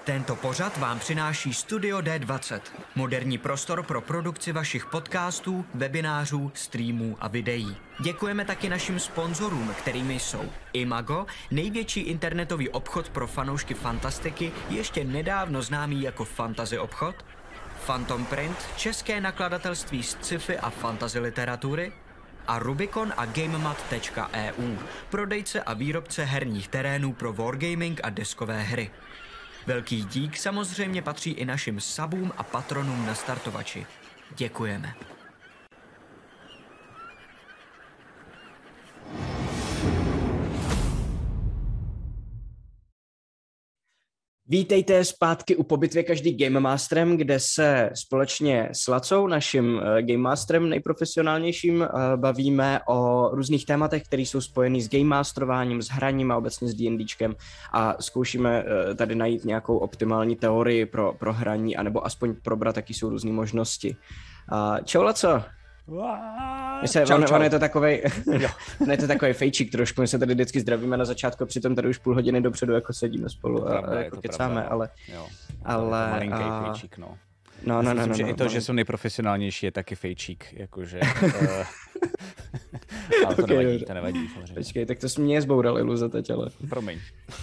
Tento pořad vám přináší Studio D20, moderní prostor pro produkci vašich podcastů, webinářů, streamů a videí. Děkujeme taky našim sponzorům, kterými jsou Imago, největší internetový obchod pro fanoušky fantastiky, ještě nedávno známý jako Fantasy obchod, Phantom Print, české nakladatelství z sci-fi a fantasy literatury, a Rubicon a GameMat.eu, prodejce a výrobce herních terénů pro wargaming a deskové hry. Velký dík samozřejmě patří i našim subům a patronům na startovači. Děkujeme. Vítejte zpátky u Po bitvě každý Game Masterem, kde se společně s Lacou, naším Game Masterem nejprofesionálnějším, bavíme o různých tématech, které jsou spojený s Game Masterováním, s hraním a obecně s D&Dčkem a zkoušíme tady najít nějakou optimální teorii pro hraní, anebo aspoň probrat, jaký jsou různé možnosti. Čau Laco! On je to takovej, je to takový fejčík trošku, my se tady vždycky zdravíme na začátku, přitom tady už půl hodiny dopředu jako sedíme spolu a jako kecáme, ale... Malinký fejčík, no. Myslím, že i to, že jsou nejprofesionálnější, je taky fejčík, jakože... ale to nevadí, samozřejmě. Počkej, tak to jsi mě zboural iluze teď, ale... Promiň.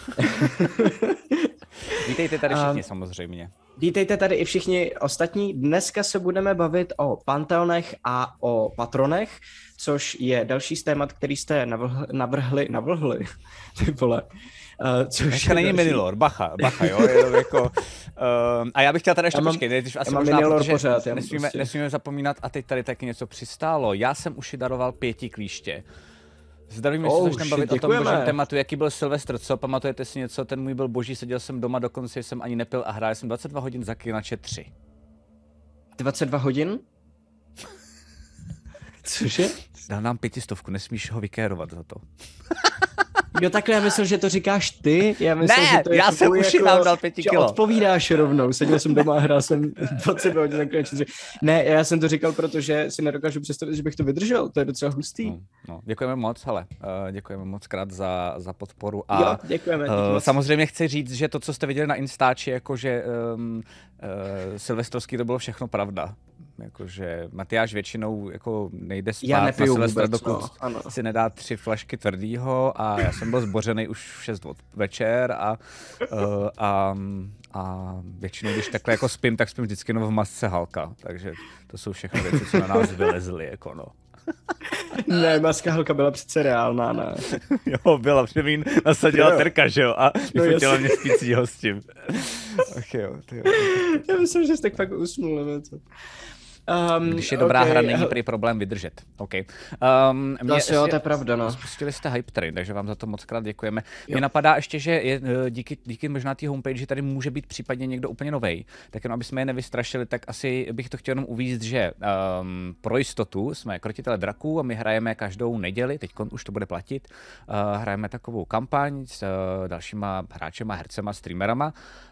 Vítejte tady všichni samozřejmě. Vítejte tady i všichni ostatní. Dneska se budeme bavit o panteonech a o patronech, což je další z témat, který jste navrhli, ty vole. Dneska není Minilor, bacha, jo, je to jako... a já bych chtěl tady ještě počkej, asi možná, protože nesmíme zapomínat, a teď tady taky něco přistálo. Já jsem už daloval 5 klíště. Zdravím, že se začneme bavit o tom božím tématu, jaký byl Silvestr, co? Pamatujete si něco? Ten můj byl boží, seděl jsem doma, dokonce jsem ani nepil a hrál jsem 22 hodin za Zaklinače 3. 22 hodin? Cože? Dal nám 500, nesmíš ho vykérovat za to. Jo, takhle, já myslel, že to říkáš ty. Já myslel, ne, že to je já jsem už nám dal 5 kilo. Odpovídáš rovnou, seděl jsem doma a hrál jsem 22 hodin Zaklinače 3. Ne, já jsem to říkal, protože si nedokážu představit, že bych to vydržel, to je docela hustý. No, děkujeme moc, hele, děkujeme moc krát za podporu. A jo, děkujeme. Samozřejmě chci říct, že to, co jste viděli na Instači, jakože silvestrovský, to bylo všechno pravda. Jakože Matyáš většinou jako nejde spát na Silvestra, dokud si nedá 3 flašky tvrdýho a já jsem byl zbořený už v 6 večer a většinou, když takhle jako spím, tak spím vždycky v masce Halka, takže to jsou všechno věci, co na nás vylezly, jako no. Ne, maska Halka byla přece reálná, ne? Jo, byla, protože mi nasadila Terka, že jo, a vyfotila mě spícího s tím. Ach jo, ty jo. Já myslím, že jsi tak fakt usnul, nebo co? Když je dobrá hra, není prý problém vydržet. Okay. Jo, to je pravda, no. Spustili jste Hype Train, takže vám za to moc krát děkujeme. Mě napadá ještě, že je, díky možná té homepage tady může být případně někdo úplně novej. Tak jenom, aby jsme je nevystrašili, tak asi bych to chtěl jenom uvíct, že pro jistotu jsme Krotitele draků a my hrajeme každou neděli, teď už to bude platit, hrajeme takovou kampaň s dalšíma hráčema, hercema, streamerama,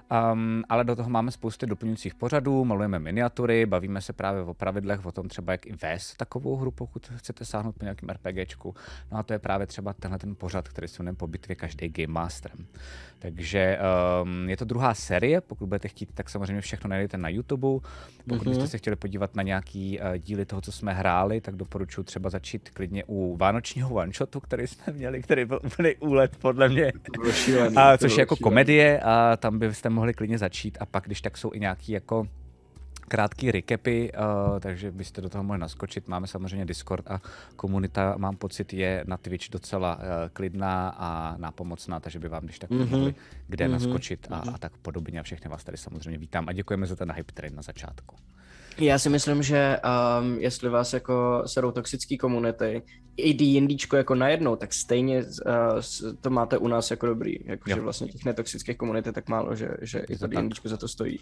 ale do toho máme spousty doplňujících pořadů, malujeme miniatury, bavíme se právě o pravidlech, o tom třeba jak i vést takovou hru, pokud chcete sáhnout po nějakým RPGčku. No a to je právě třeba tenhle ten pořad, který se jmenuje Po bitvě každý Game Masterem. Takže je to druhá série, pokud budete chtít, tak samozřejmě všechno najdete na YouTube. Pokud byste se chtěli podívat na nějaký díly toho, co jsme hráli, tak doporučuji třeba začít klidně u vánočního one-shotu, který jsme měli, který byl úplný úlet podle mě. Což je jako komedie a tam byste mohli klidně začít a pak, když tak jsou i nějaký jako krátký recapy, takže byste do toho mohli naskočit. Máme samozřejmě Discord a komunita, mám pocit, je na Twitch docela klidná a nápomocná, takže by vám když tak mohli kde naskočit a tak podobně. A všechny vás tady samozřejmě vítám a děkujeme za ten Hype Train na začátku. Já si myslím, že jestli vás jako serou toxický komunity i D&Dčko jako najednou, tak stejně to máte u nás jako dobrý. Jakože vlastně těch netoxických komunit je tak málo, že i to D&Dčko za to stojí.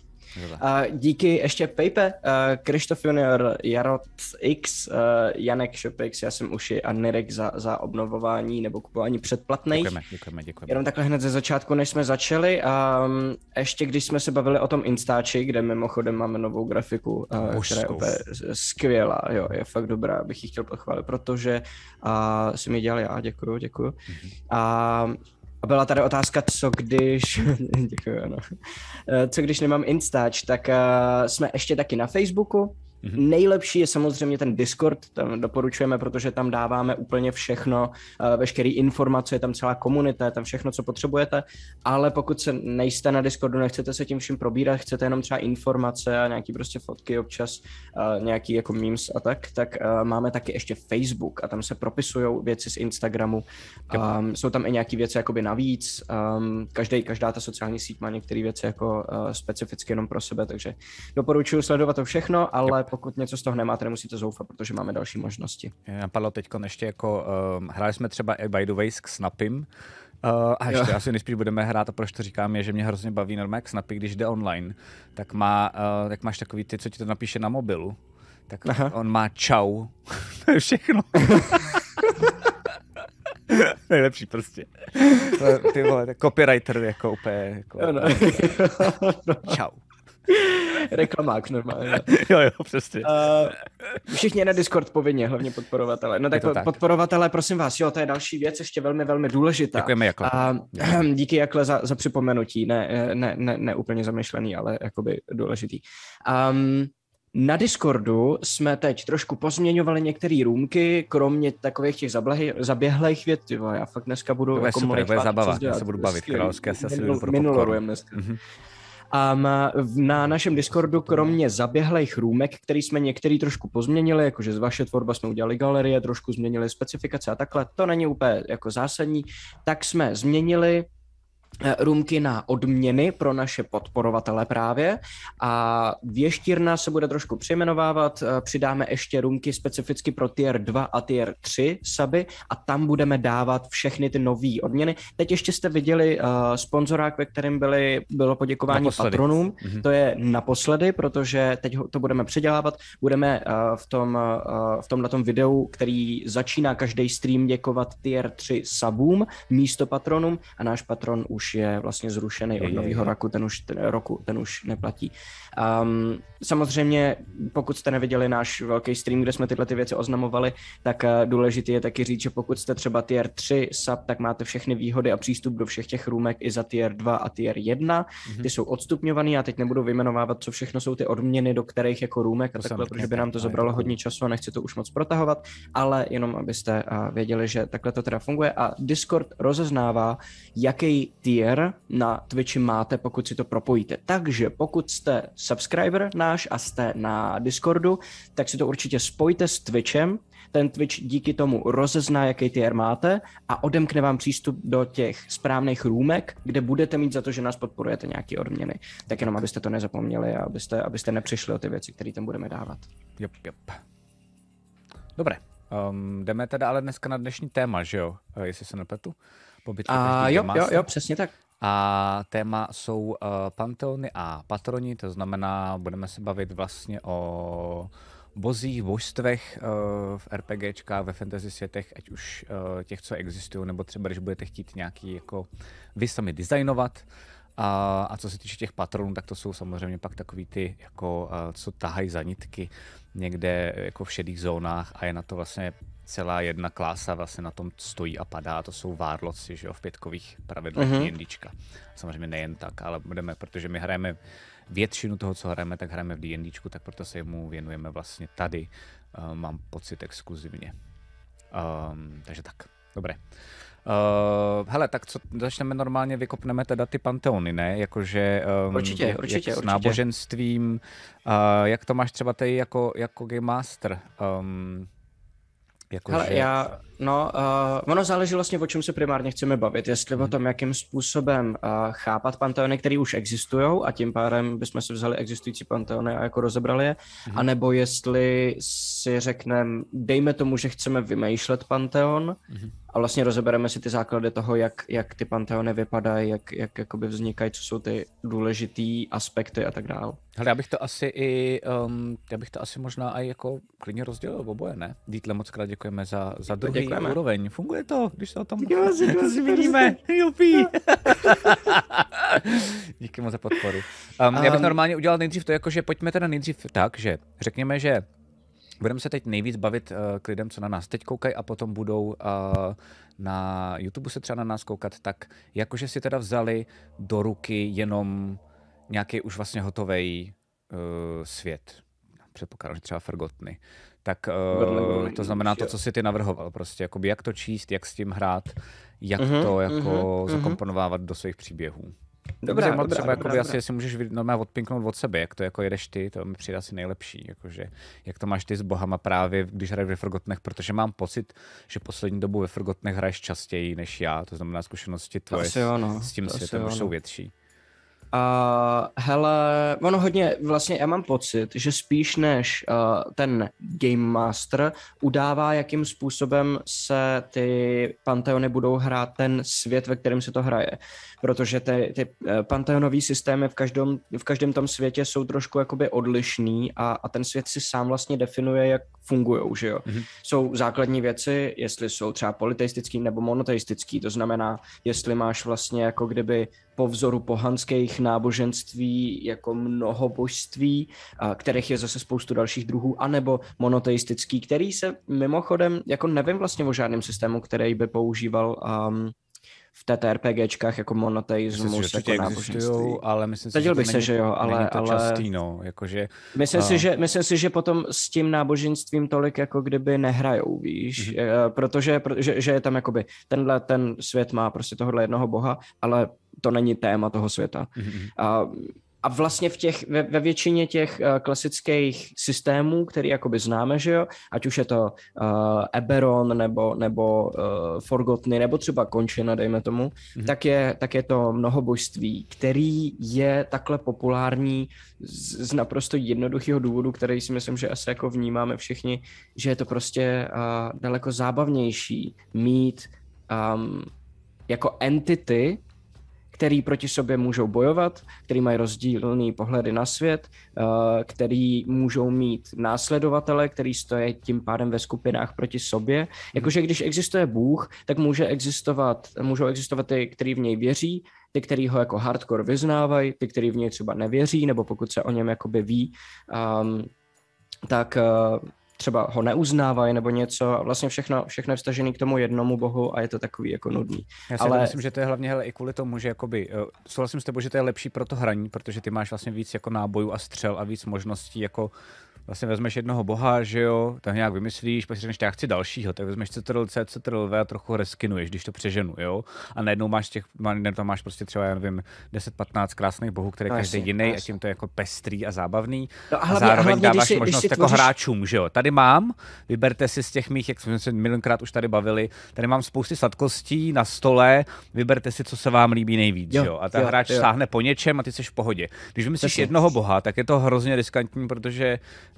Díky ještě Pejpe, Krištof Junior, Jarot X, Janek Shopix, já jsem Uši a Nirek za obnovování nebo kupování předplatných. Děkujeme. Jenom takhle hned ze začátku, než jsme začali. Ještě když jsme se bavili o tom Instači, kde mimochodem máme novou grafiku, která je úplně skvělá, jo, je fakt dobrá, bych ji chtěl pochválit, protože si mi dělal já, děkuju. A byla tady otázka, co když... Děkuji, ano. Co když nemám Instač, tak jsme ještě taky na Facebooku. Nejlepší je samozřejmě ten Discord, tam doporučujeme, protože tam dáváme úplně všechno, veškeré informace, je tam celá komunita, je tam všechno, co potřebujete, ale pokud se nejste na Discordu, nechcete se tím vším probírat, chcete jenom třeba informace a nějaký prostě fotky občas, nějaký jako memes a tak máme taky ještě Facebook a tam se propisují věci z Instagramu, jsou tam i nějaký věci jakoby navíc, každá ta sociální síť má některé věci jako specificky jenom pro sebe, takže doporučuji sledovat to všechno, ale pokud něco z toho nemáte, nemusíte zoufat, protože máme další možnosti. Napadlo teďko ještě jako, hráli jsme třeba by the way s Snapim, a ještě asi nejspíš budeme hrát, a proč to říkám, je, že mě hrozně baví normálně Snapy, když jde online, tak máš takový ty, co ti to napíše na mobilu, tak on má čau, to je všechno. Nejlepší prostě. Ty vole, copywriter jako úplně, jako, čau. Reklamák normálně. Jo, přesně. Všichni na Discord povinně, hlavně podporovatele. No tak podporovatelé, prosím vás, jo, to je další věc, ještě velmi, velmi důležitá. Děkujeme, Jakle. Díky, Jakle, za připomenutí. Ne úplně zamyšlený, ale jakoby důležitý. Na Discordu jsme teď trošku pozměňovali některé růmky, kromě takových těch zaběhlých vět. Já fakt dneska budu... To je super, to je zabava, já se budu bavit. Královské, já si asi jdu pro popcorn. Dneska. Na našem Discordu, kromě zaběhlých růmek, který jsme některý trošku pozměnili, jakože z vaše tvorba jsme udělali galerie, trošku změnili specifikace a takhle, to není úplně jako zásadní, tak jsme změnili růmky na odměny pro naše podporovatele právě a věštírna se bude trošku přejmenovávat, přidáme ještě růmky specificky pro tier 2 a tier 3 suby a tam budeme dávat všechny ty nový odměny. Teď ještě jste viděli sponzorák, ve kterém bylo poděkování patronům, to je naposledy, protože teď to budeme předělávat, budeme v tomhletom videu, který začíná každý stream, děkovat tier 3 subům místo patronům a náš patron už je vlastně zrušený od nového roku, ten už neplatí. Samozřejmě, pokud jste neviděli náš velký stream, kde jsme tyhle ty věci oznamovali, tak důležité je taky říct, že pokud jste třeba tier 3 sub, tak máte všechny výhody a přístup do všech těch růmek i za tier 2 a tier 1. Ty jsou odstupňovaný, já teď nebudu vyjmenovávat, co všechno jsou ty odměny, do kterých jako růmek a takhle, protože by nám to zabralo hodně času a nechci to už moc protahovat, ale jenom abyste věděli, že takhle to teda funguje a Discord rozeznává, jaký tier na Twitchi máte, pokud si to propojíte. Takže pokud jste subscriber náš a jste na Discordu, tak si to určitě spojte s Twitchem. Ten Twitch díky tomu rozezná, jaký tier máte a odemkne vám přístup do těch správných růmek, kde budete mít za to, že nás podporujete nějaké odměny. Tak jenom, abyste to nezapomněli a abyste nepřišli o ty věci, které tam budeme dávat. Yep. Dobré. Jdeme teda ale dneska na dnešní téma, že jo? Jestli se nepletu. Jo, přesně tak. A téma jsou panteony a patroni, to znamená, budeme se bavit vlastně o bozích, božstvech v RPGčkách, ve fantasy světech, ať už těch, co existují, nebo třeba, když budete chtít nějaký jako vy sami designovat. A co se týče těch patronů, tak to jsou samozřejmě pak takový ty, jako, co tahají za nitky někde jako v šedých zónách a je na to vlastně celá jedna klása vlastně na tom stojí a padá, to jsou várloci, že jo, v pětkových pravidlech D&Dčka. Samozřejmě nejen tak, ale protože my hrajeme většinu toho, co hrajeme, tak hrajeme v D&Dčku, tak proto se mu věnujeme vlastně tady, mám pocit exkluzivně. Takže tak, dobré. Hele, tak co začneme normálně, vykopneme teda ty panteony, ne? Jakože určitě. S náboženstvím, jak to máš třeba tady jako Game Master? Ono záleží vlastně, o čem se primárně chceme bavit, jestli o tom, jakým způsobem chápat panteony, které už existují a tím pádem bychom si vzali existující panteony a jako rozebrali je, anebo jestli si řekneme, dejme tomu, že chceme vymýšlet panteon a vlastně rozebereme si ty základy toho, jak ty panteony vypadají, jak jakoby vznikají, co jsou ty důležitý aspekty a tak dále. Hele, já bych to asi možná i jako klidně rozdělil oboje, ne? Dítle, moc krát děkujeme za druhý úroveň. Funguje to, když se o tom zmíníme. Jupí. Díky moc za podporu. Já bych normálně udělal nejdřív to, jakože pojďme teda nejdřív tak, že řekněme, že Budeme se teď nejvíc bavit k lidem, co na nás teď koukají a potom budou na YouTube se třeba na nás koukat, tak jakože si teda vzali do ruky jenom nějaký už vlastně hotovej svět. Předpokládám, že třeba Forgotteny. Tak to znamená to, co si ty navrhoval, prostě jakoby jak to číst, jak s tím hrát, jak to jako zakomponovávat do svých příběhů. Dobrá, třeba asi, jestli můžeš normálně odpinknout od sebe, jak to jako jedeš ty, to mi přijde asi nejlepší, jakože, jak to máš ty s bohama právě, když hraješ ve Forgottenech, protože mám pocit, že poslední dobu ve Forgottenech hraješ častěji než já, to znamená zkušenosti tvoje s tím světem už jsou větší. Hele, ono hodně, vlastně já mám pocit, že spíš než ten Game Master udává, jakým způsobem se ty Pantheony budou hrát ten svět, ve kterém se to hraje. Protože ty Pantheonové systémy v každém tom světě jsou trošku jakoby odlišný a ten svět si sám vlastně definuje, jak fungujou, že jo. Jsou základní věci, jestli jsou třeba polyteistický nebo monoteistický, to znamená, jestli máš vlastně jako kdyby po vzoru pohanských náboženství jako mnoho božství, kterých je zase spoustu dalších druhů, anebo monoteistický, který se mimochodem, jako nevím vlastně o žádném systému, který by používal v TTRPGčkách jako monoteismus, jako náboženství. Ale myslím si, Zadil bych se, že jo, ale častý, no, jakože... Myslím si, že potom s tím náboženstvím tolik jako kdyby nehrajou, víš, protože je tam jakoby ten svět má prostě tohohle jednoho boha, ale to není téma toho světa. A vlastně ve většině těch klasických systémů, který jakoby známe, že jo, ať už je to Eberron nebo Forgotteny, nebo třeba Končina, dejme tomu, tak je to mnohobožství, který je takhle populární z naprosto jednoduchého důvodu, který si myslím, že asi jako vnímáme všichni, že je to prostě daleko zábavnější mít jako entity, který proti sobě můžou bojovat, který mají rozdílný pohledy na svět, který můžou mít následovatele, který stojí tím pádem ve skupinách proti sobě. Jakože když existuje Bůh, tak můžou existovat ty, kteří v něj věří, ty, kteří ho jako hardcore vyznávají, ty, kteří v něj třeba nevěří, nebo pokud se o něm jakoby ví, tak třeba ho neuznávají nebo něco a vlastně všechno je vstažený k tomu jednomu bohu a je to takový jako nudný. Já si myslím, že to je hlavně i kvůli tomu, že jakoby, souhlasím s tebou, že to je lepší pro to hraní, protože ty máš vlastně víc jako nábojů a střel a víc možností jako vlastně vezmeš jednoho boha, že jo, tak nějak vymyslíš, pak si řekneš, já chci dalšího, tak vezmeš CTRL-C, CTRL-V a trochu reskinuješ, když to přeženu, jo. A najednou máš prostě třeba, já nevím, 10-15 krásných bohů, které každý jiný a tím to je jako pestrý a zábavný. No, a zároveň dáváš možnost jako hráčům, že jo. Tady mám, vyberte si z těch mých, jak jsme se milionkrát už tady bavili, tady mám spousty sladkostí na stole, vyberte si, co se vám líbí nejvíc, jo. A ten hráč sáhne po něčem a ty jsi v pohodě. Když vymyslíš jednoho boha, tak je to hrozně riskantní, protože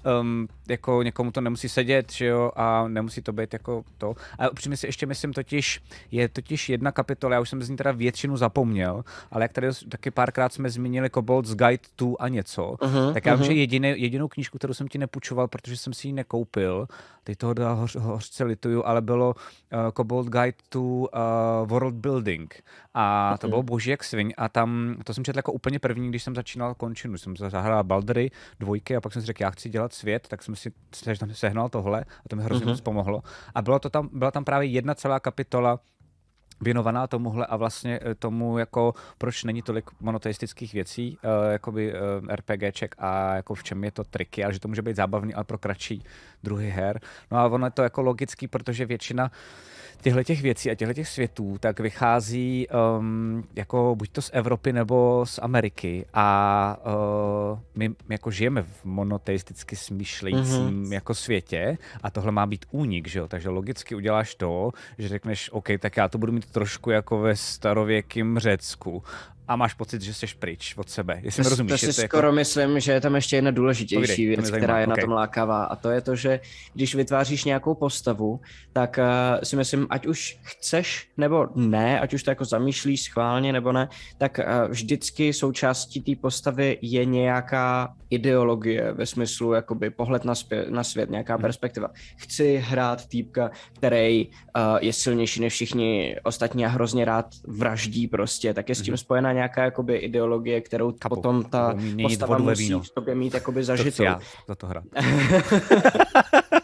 jako někomu to nemusí sedět, že jo, a nemusí to být jako to. A upřímně si ještě myslím je totiž jedna kapitola, já už jsem z ní teda většinu zapomněl, ale jak tady taky párkrát jsme zmínili Kobold's Guide to a něco, tak já vím, že jedinou knížku, kterou jsem ti nepůjčoval, protože jsem si ji nekoupil, teď toho hořce lituju, ale bylo Kobold Guide to World Building. A to bylo boží jak sviň a tam, to jsem četl jako úplně první, když jsem začínal Končinu, jsem zahrál Baldry 2 a pak jsem si řekl, já chci dělat svět, tak jsem si sehnal tohle a to mi hrozně moc pomohlo. A byla tam právě jedna celá kapitola věnovaná tomuhle a vlastně tomu, jako proč není tolik monoteistických věcí, jakoby RPGček a jako v čem je to triky, ale že to může být zábavný, ale pro kratší druhy her. No a ono je to jako logický, protože většina těch věcí a těch světů tak vychází jako buď to z Evropy nebo z Ameriky a my jako žijeme v monoteisticky smýšlejícím jako světě a tohle má být únik, že jo, takže logicky uděláš to, že řekneš, OK, tak já to budu mít trošku jako ve starověkém Řecku a máš pocit, že jsi pryč od sebe. Jestli mi rozumíš, to si skoro jako... myslím, že je tam ještě jedna důležitější věc, která je na tom lákavá a to je to, že když vytváříš nějakou postavu, tak si myslím, ať už chceš nebo ne, ať už to jako zamýšlíš schválně nebo ne, tak vždycky součástí té postavy je nějaká ideologie ve smyslu jakoby pohled na svět, nějaká perspektiva. Chci hrát týpka, který je silnější než všichni ostatní a hrozně rád vraždí prostě, tak je s tím spojená nějaká jakoby ideologie, kterou potom ta postava musí v sobě mít jakoby zažitou. Já za to hrát.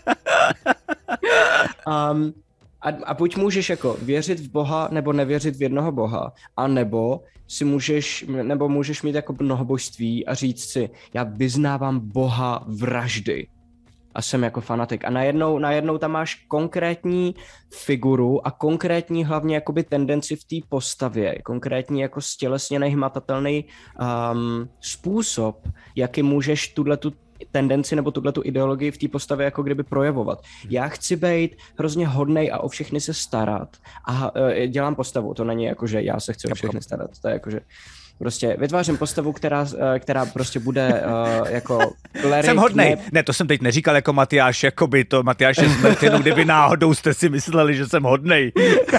A buď můžeš jako věřit v Boha, nebo nevěřit v jednoho Boha, a nebo můžeš mít jako mnohobožství a říct si, já vyznávám Boha vraždy a jsem jako fanatik. A najednou tam máš konkrétní figuru a konkrétní hlavně jakoby tendenci v té postavě, konkrétní jako stělesněný, hmatatelný způsob, jaký můžeš tuhletu tendenci nebo tuhletu ideologii v té postavě jako kdyby projevovat. Já chci být hrozně hodnej a o všechny se starat a dělám postavu, to není jako, že já se chci o všechny starat, to je jako, že prostě vytvářím postavu, která prostě bude jako klerik. Jsem hodnej. Ne, to jsem teď neříkal jako Matyáš, jakoby to Matyáš je smrt, jenom kdyby náhodou jste si mysleli, že jsem hodnej.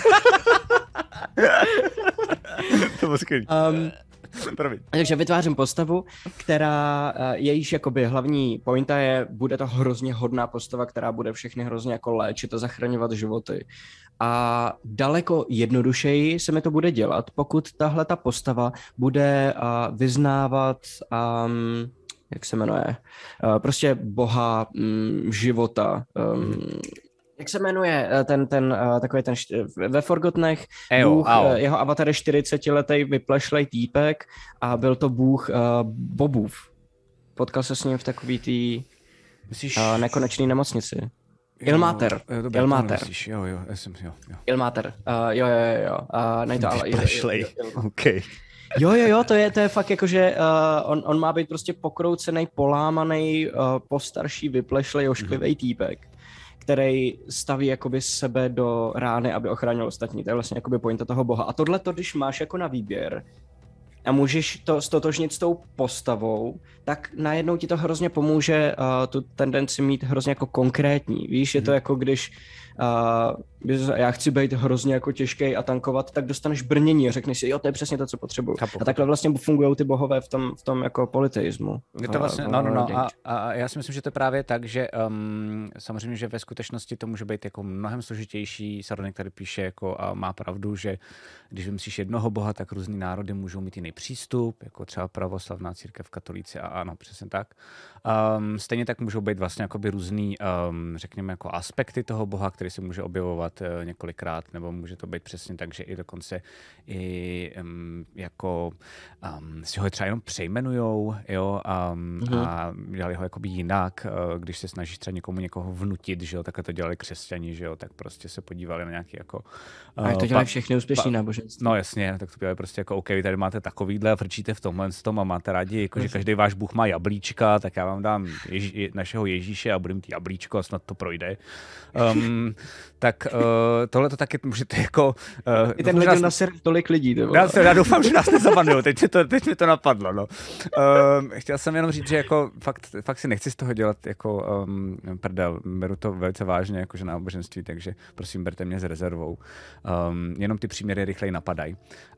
To bylo skvělý. Takže vytvářím postavu, která jejíž jakoby hlavní pointa je, bude to hrozně hodná postava, která bude všechny hrozně jako léčit a zachraňovat životy. A daleko jednodušeji se mi to bude dělat, pokud tahle ta postava bude vyznávat, jak se jmenuje, prostě boha života, jak se jmenuje takový ten ve Forgotnech bůh, jeho avatar je 40letý vyplešlej týpek a byl to bůh bobův. Potkal se s ním v takový tý nekonečný nemocnici. Ilmater. Jo. Ilmater. Jo. Nejde ale. Vyplešlej. Okay. Jo, to je fakt jako, že on má být prostě pokroucený, polámaný, postarší, vyplešlej, ošklivý týpek, který staví jakoby sebe do rány, aby ochránil ostatní. To je vlastně jakoby pointa toho boha. A tohleto, když máš jako na výběr a můžeš to stotožnit s tou postavou, tak najednou ti to hrozně pomůže tu tendenci mít hrozně jako konkrétní. Víš, je to jako když já chci být hrozně jako těžkej a tankovat, tak dostaneš brnění a řekneš si, jo, to je přesně to, co potřebuju. A takhle vlastně fungují ty bohové v tom jako politeismu. Je to vlastně, a já si myslím, že to je právě tak, že samozřejmě, že ve skutečnosti to může být jako mnohem složitější. Saronek tady píše jako a má pravdu, že když vymyslíš jednoho boha, tak různý národy můžou mít jiný přístup, jako třeba pravoslavná církev, katolíci a ano, přesně tak. Stejně tak můžou být vlastně jakoby různý, řekněme, jako aspekty toho boha, který se může objevovat několikrát, nebo může to být přesně tak, že i dokonce jako si ho třeba jenom přejmenujou, jo, a dělali ho jakoby jinak, když se snažíš třeba někoho vnutit, že jo, takhle to dělali křesťani, že jo, tak prostě se podívali na nějaký jako... A to dělají všechny úspěšní náboženství. No jasně, tak to dělají prostě jako OK, vy tady máte takovýhle a frčíte v tomhle s tom a máte rádi, jako, že každý váš bůh má jablíčka, tak já vám dám našeho Ježíše a budu mít jablíčko a snad to projde. Tak tohle to taky můžete jako... I ten hodil na server tolik lidí. Já doufám, že nás nezabanují, teď mi to napadlo. No. Chtěl jsem jenom říct, že jako fakt si nechci z toho dělat jako prdel. Beru to velice vážně, jakože náboženství, takže prosím, berte mě s rezervou. Jenom ty příměry rychleji napadají.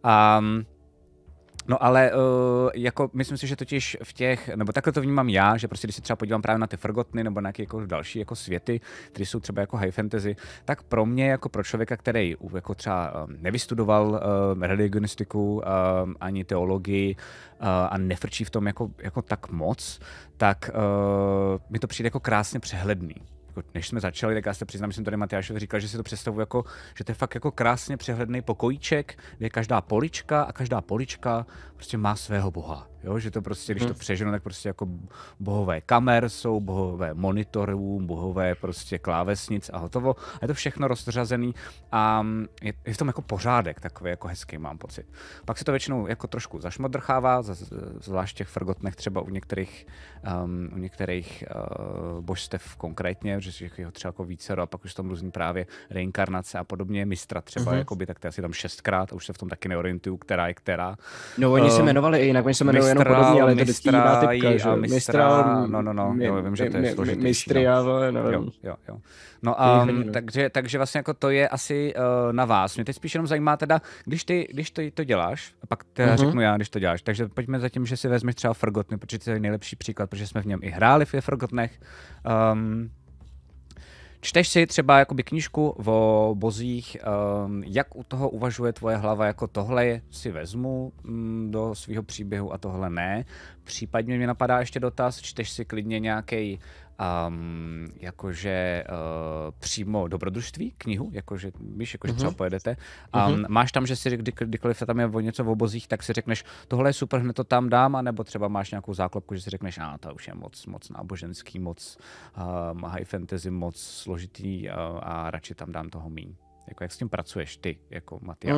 No ale jako myslím si, že totiž v těch, nebo takhle to vnímám já, že prostě když se třeba podívám právě na ty Forgotny nebo na nějaké jako další jako světy, které jsou třeba jako high fantasy, tak pro mě jako pro člověka, který jako třeba nevystudoval religionistiku ani teologii a nefrčí v tom jako tak moc, tak mi to přijde jako krásně přehledný. Než jsme začali, tak já se přiznám, že jsem tady Matyášovi říkal, že si to představuji jako, že to je fakt jako krásně přehledný pokojíček, kde je každá polička a každá polička prostě má svého boha. Jo? Že to prostě, když to přeženu, tak prostě jako bohové kamer jsou, bohové monitorů, bohové prostě klávesnic a hotovo. A je to všechno rozřazený a je v tom jako pořádek takový jako hezký, mám pocit. Pak se to většinou jako trošku zašmodrchává, zvlášť v těch Forgotnech třeba u některých božstev konkrétně, že je třeba jako vícero a pak už tam různý právě reinkarnace a podobně, mistra třeba, jakoby, tak to je asi tam 6krát a už se v tom taky neorientuju, která je která. No oni se jmenovali i jinak, oni se jmenují jenom podobně, ale to je vždycky jiná typka, že? Mistral, jo, vím, že to je složitější. Mistria, nevím. Jo. No takže vlastně jako to je asi na vás. Mě teď spíš jenom zajímá teda, když ty to děláš, a pak teda řeknu já, když to děláš, takže pojďme za tím, že si vezmeš třeba Forgotny, protože to je nejlepší příklad, protože jsme v něm i hráli v Forgotnech. Čteš si třeba jakoby knížku o bozích, jak u toho uvažuje tvoje hlava, jako tohle si vezmu do svého příběhu a tohle ne. Případně mě napadá ještě dotaz, čteš si klidně nějaký jakože přímo dobrodružství, knihu, jakože víš, jakože třeba pojedete. Máš tam, že si kdykoliv tam je o něco v obozích, tak si řekneš, tohle je super, hned to tam dám, anebo třeba máš nějakou záklopku, že si řekneš, to už je moc náboženský, moc high fantasy, moc složitý a radši tam dám toho míň. Jako jak s tím pracuješ ty, jako Matyáš?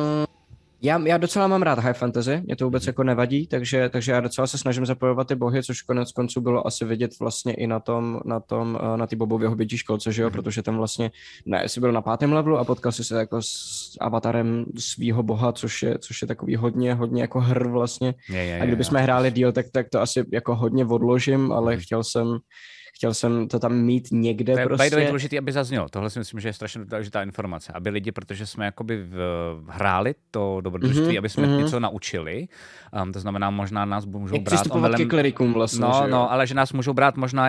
Já docela mám rád high fantasy, mě to vůbec jako nevadí, takže já docela se snažím zapojovat ty bohy, což konec konců bylo asi vidět vlastně i na té Bobově hobití školce, že jo, protože tam vlastně, ne, jsi byl na 5. levelu a potkal jsi se jako s avatarem svýho boha, což je takový hodně jako hr vlastně. A kdybychom hráli díl, tak to asi jako hodně odložím, ale chtěl jsem to tam mít někde to je prostě. To je důležité, aby zaznělo. Tohle si myslím, že je strašně důležitá informace. Aby lidi, protože jsme jakoby hráli to dobrodružství, aby jsme něco naučili. To znamená, možná nás můžou jak brát přistupovat ke klerikům vlastně. Ale že nás můžou brát možná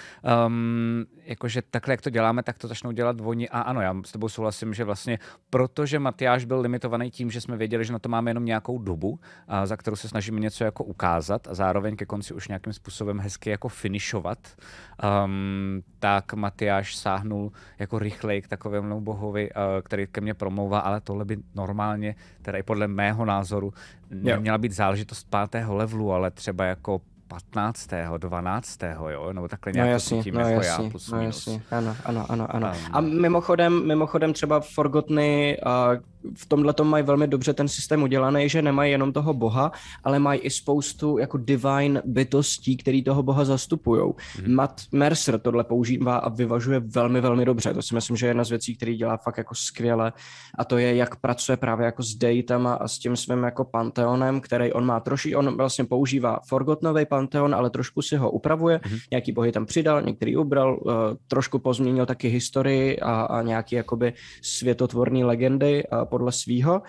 jakože takhle, jak to děláme, tak to začnou dělat oni. A ano, já s tebou souhlasím, že vlastně, protože Matyáš byl limitovaný tím, že jsme věděli, že na to máme jenom nějakou dobu, za kterou se snažíme něco jako ukázat a zároveň ke konci už nějakým způsobem hezky jako finišovat, tak Matyáš sáhnul jako rychleji k takovému bohovi, který ke mně promlouvá, ale tohle by normálně, teda i podle mého názoru, neměla být záležitost 5. levelu, ale třeba jako 15., 12., jo, nebo takhle nějak to cítím jako já, plus minus. Ano. A mimochodem třeba Forgotny v tomhletom mají velmi dobře ten systém udělaný, že nemají jenom toho boha, ale mají i spoustu jako divine bytostí, který toho boha zastupujou. Matt Mercer tohle používá a vyvažuje velmi, velmi dobře. To si myslím, že je jedna z věcí, který dělá fakt jako skvěle, a to je, jak pracuje právě jako s dejtama a s tím svým jako panteonem, který on má on vlastně používá Forgotnovej panteon, ale trošku si ho upravuje, nějaký bohy tam přidal, některý ubral, trošku pozměnil taky historii a nějaký jakoby světotvorný legendy podle svýho.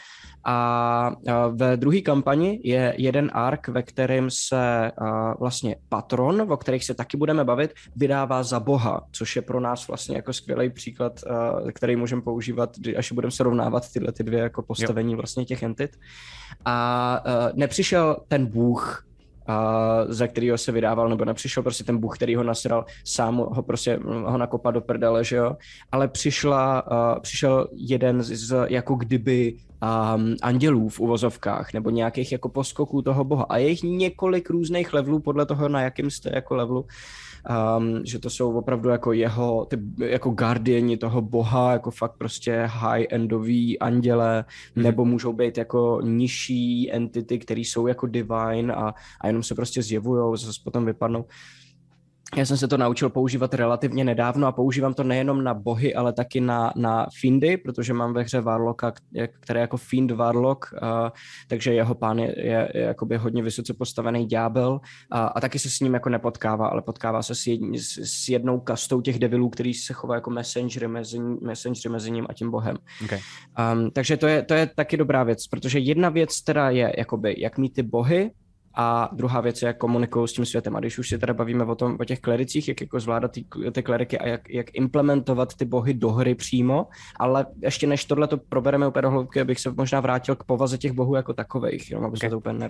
A ve druhé kampani je jeden ark, ve kterém se vlastně patron, o kterých se taky budeme bavit, vydává za boha, což je pro nás vlastně jako skvělý příklad, který můžeme používat, až budeme srovnávat tyhle ty dvě jako postavení vlastně těch entit. A nepřišel ten bůh, za kterýho se vydával, nebo nepřišel prostě ten bůh, který ho nasral, sám ho nakopal do prdele, že jo, ale přišel jeden z jako kdyby andělů v uvozovkách, nebo nějakých jako poskoků toho boha, a je jich několik různých levelů podle toho, na jakým jste jako levelu, že to jsou opravdu jako jako guardiani toho boha, jako fakt prostě high-endový anděle, nebo můžou být jako nižší entity, které jsou jako divine a jenom se prostě zjevujou, zase potom vypadnou. Já jsem se to naučil používat relativně nedávno a používám to nejenom na bohy, ale taky na fiendy, protože mám ve hře Warlocka, který je jako fiend Warlock, takže jeho pán je jakoby hodně vysoce postavený ďábel a taky se s ním jako nepotkává, ale potkává se s jednou kastou těch devilů, který se chová jako messengery mezi ním a tím bohem. Okay. Takže to je taky dobrá věc, protože jedna věc teda je jakoby, jak mít ty bohy, a druhá věc je, jak komunikují s tím světem. A když už si teda bavíme o těch klericích, jak jako zvládat ty kleriky a jak implementovat ty bohy do hry přímo, ale ještě než tohle to probereme úplně do hloubky, abych se možná vrátil k povaze těch bohů jako takových, jenom aby se to úplně